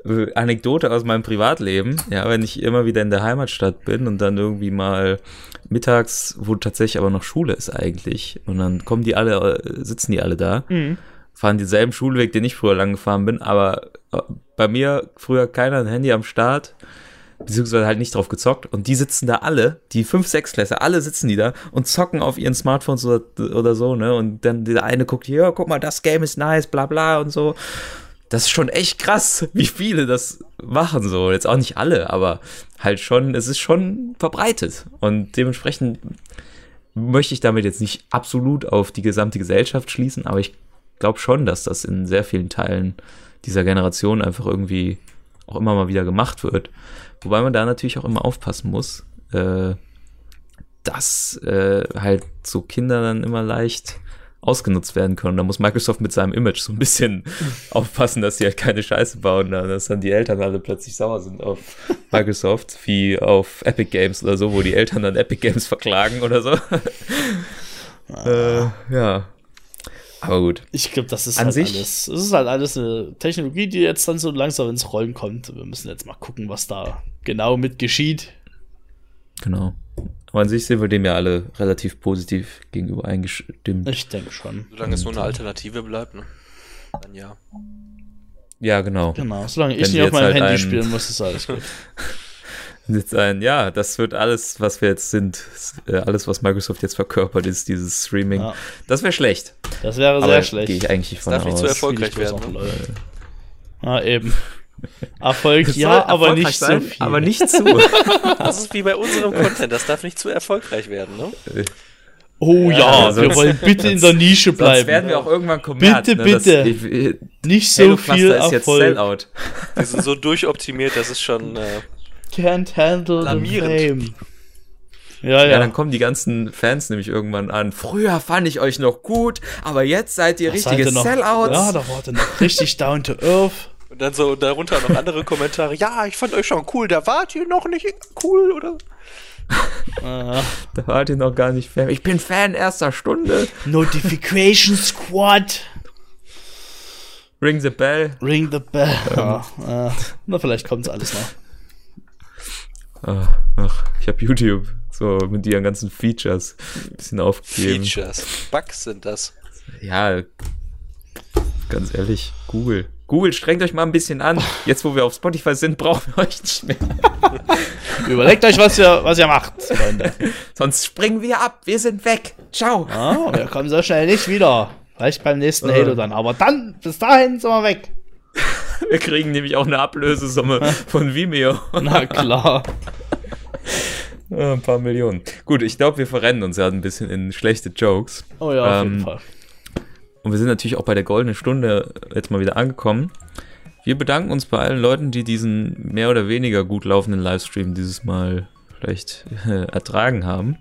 äh, Anekdote aus meinem Privatleben. Ja, wenn ich immer wieder in der Heimatstadt bin und dann irgendwie mal mittags, wo tatsächlich aber noch Schule ist eigentlich, und dann kommen die alle, sitzen die alle da, mhm. fahren denselben Schulweg, den ich früher lang gefahren bin, aber bei mir früher keiner ein Handy am Start, beziehungsweise halt nicht drauf gezockt, und die sitzen da alle, die fünf, sechs Klässler, alle sitzen die da und zocken auf ihren Smartphones oder, oder so, ne, und dann der eine guckt, ja, guck mal, das Game ist nice, bla bla und so. Das ist schon echt krass, wie viele das machen so. Jetzt auch nicht alle, aber halt schon, es ist schon verbreitet. Und dementsprechend möchte ich damit jetzt nicht absolut auf die gesamte Gesellschaft schließen, aber ich glaube schon, dass das in sehr vielen Teilen dieser Generation einfach irgendwie auch immer mal wieder gemacht wird. Wobei man da natürlich auch immer aufpassen muss, äh, dass äh, halt so Kinder dann immer leicht ausgenutzt werden können. Da muss Microsoft mit seinem Image so ein bisschen aufpassen, dass sie halt keine Scheiße bauen, dass dann die Eltern alle plötzlich sauer sind auf Microsoft, wie auf Epic Games oder so, wo die Eltern dann Epic Games verklagen oder so. äh, ja. Aber gut.
Ich glaube, das ist
An
halt
sich,
alles. Es ist halt alles eine Technologie, die jetzt dann so langsam ins Rollen kommt. Wir müssen jetzt mal gucken, was da genau mit geschieht.
Genau. Aber an sich sind wir dem ja alle relativ positiv gegenüber eingestimmt.
Ich denke schon.
Solange es nur eine Alternative bleibt, ne? Dann ja.
Ja, genau.
Genau, solange ich
Wenn
nicht
wir
auf meinem
jetzt halt
Handy
einen-
spielen muss, ist alles gut.
Jetzt ein, ja, das wird alles, was wir jetzt sind, äh, alles, was Microsoft jetzt verkörpert, ist dieses Streaming.
Ja.
Das wäre schlecht.
Das wäre
Aber
sehr
gehe
schlecht.
ich eigentlich nicht von
darf nicht
aus.
zu erfolgreich
Spiel ich bloß
werden,
noch,
ne?
Leute. Ja, eben. Erfolg
Es
ja,
soll
aber
erfolgreich
nicht
sein,
so viel.
Aber nicht zu.
Das ist wie bei unserem Content, das darf nicht zu erfolgreich werden, ne?
Oh ja,
Ja,
wir
sonst-
wollen bitte in der Nische
Sonst
bleiben.
werden wir auch irgendwann Kommerz.
Bitte,
ne?
bitte.
Das, ich, ich,
Nicht so
Halo
viel
Cluster ist jetzt
Erfolg.
Sellout.
Die sind so durchoptimiert, das ist schon. Äh,
Can't handle the
Blamierend.
fame. Ja, ja.
Ja, dann kommen die ganzen Fans nämlich irgendwann an. Früher fand ich euch noch gut, aber jetzt seid ihr
Da seid
richtige
ihr noch-
Sellouts.
Ja, da wart ihr noch richtig down to earth.
und dann so darunter noch andere Kommentare. Ja, ich fand euch schon cool, da wart ihr noch nicht cool, oder?
Ah.
Da wart ihr noch gar nicht Fan. Ich bin Fan erster Stunde.
Notification Squad.
Ring the bell.
Ring the bell. Ja, äh, na, vielleicht kommt's alles noch.
Ach, ach, ich habe YouTube so mit ihren ganzen Features ein bisschen aufgegeben.
Features. Bugs sind das.
Ja, ganz ehrlich, Google. Google, strengt euch mal ein bisschen an. Jetzt, wo wir auf Spotify sind, brauchen wir euch nicht mehr.
Überlegt euch, was ihr, was ihr macht, Freunde.
Sonst springen wir ab. Wir sind weg. Ciao.
Ah, wir kommen so schnell nicht wieder. Vielleicht beim nächsten Halo dann. Aber dann, bis dahin sind wir weg.
Wir kriegen nämlich auch eine Ablösesumme von Vimeo.
Na klar.
Ja, ein paar Millionen. Gut, ich glaube, wir verrennen uns ja ein bisschen in schlechte Jokes.
Oh ja, auf
Ähm,
jeden Fall.
Und wir sind natürlich auch bei der goldenen Stunde jetzt mal wieder angekommen. Wir bedanken uns bei allen Leuten, die diesen mehr oder weniger gut laufenden Livestream dieses Mal vielleicht äh, ertragen haben.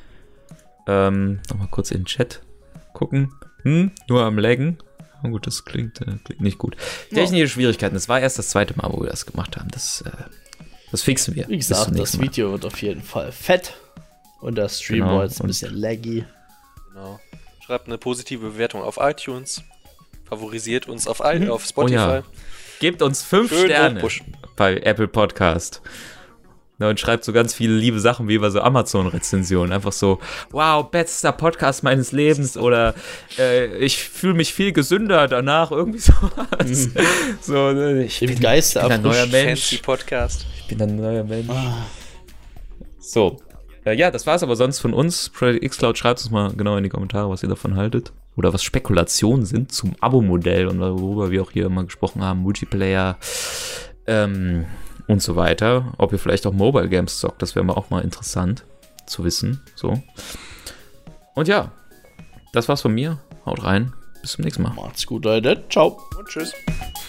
Ähm, Nochmal kurz in den Chat gucken. Hm, nur am Laggen. Oh gut, das klingt, äh, klingt nicht gut. Technische Schwierigkeiten. Das war erst das zweite Mal, wo wir das gemacht haben. Das, äh, das fixen wir.
Wie
Bis zum
gesagt, das
nächsten Mal.
Video wird auf jeden Fall fett. Und der Stream
Genau,
war jetzt ein
und-
bisschen laggy.
Genau. Schreibt eine positive Bewertung auf iTunes. Favorisiert uns auf, I- auf Spotify.
ja. Gebt uns fünf
Schön
Sterne
hochpushen.
bei Apple Podcast. Ja, und schreibt so ganz viele liebe Sachen wie bei so Amazon-Rezensionen. Einfach so, wow, bester Podcast meines Lebens oder äh, ich fühle mich viel gesünder danach. Irgendwie sowas. So, ne, ich
Im
bin,
Geiste
ich bin ein neuer
erfrischt.
Mensch.
Fancy Podcast.
Ich bin ein neuer Mensch.
Ah.
So. Äh, ja, das war's aber sonst von uns. Project xCloud, schreibt uns mal genau in die Kommentare, was ihr davon haltet. Oder was Spekulationen sind zum Abo-Modell und worüber wir auch hier immer gesprochen haben. Multiplayer ähm, und so weiter. Ob ihr vielleicht auch Mobile Games zockt, das wäre mal auch mal interessant zu wissen. So. Und ja, das war's von mir. Haut rein. Bis zum nächsten Mal.
Macht's gut, Leute. Ciao.
Und tschüss.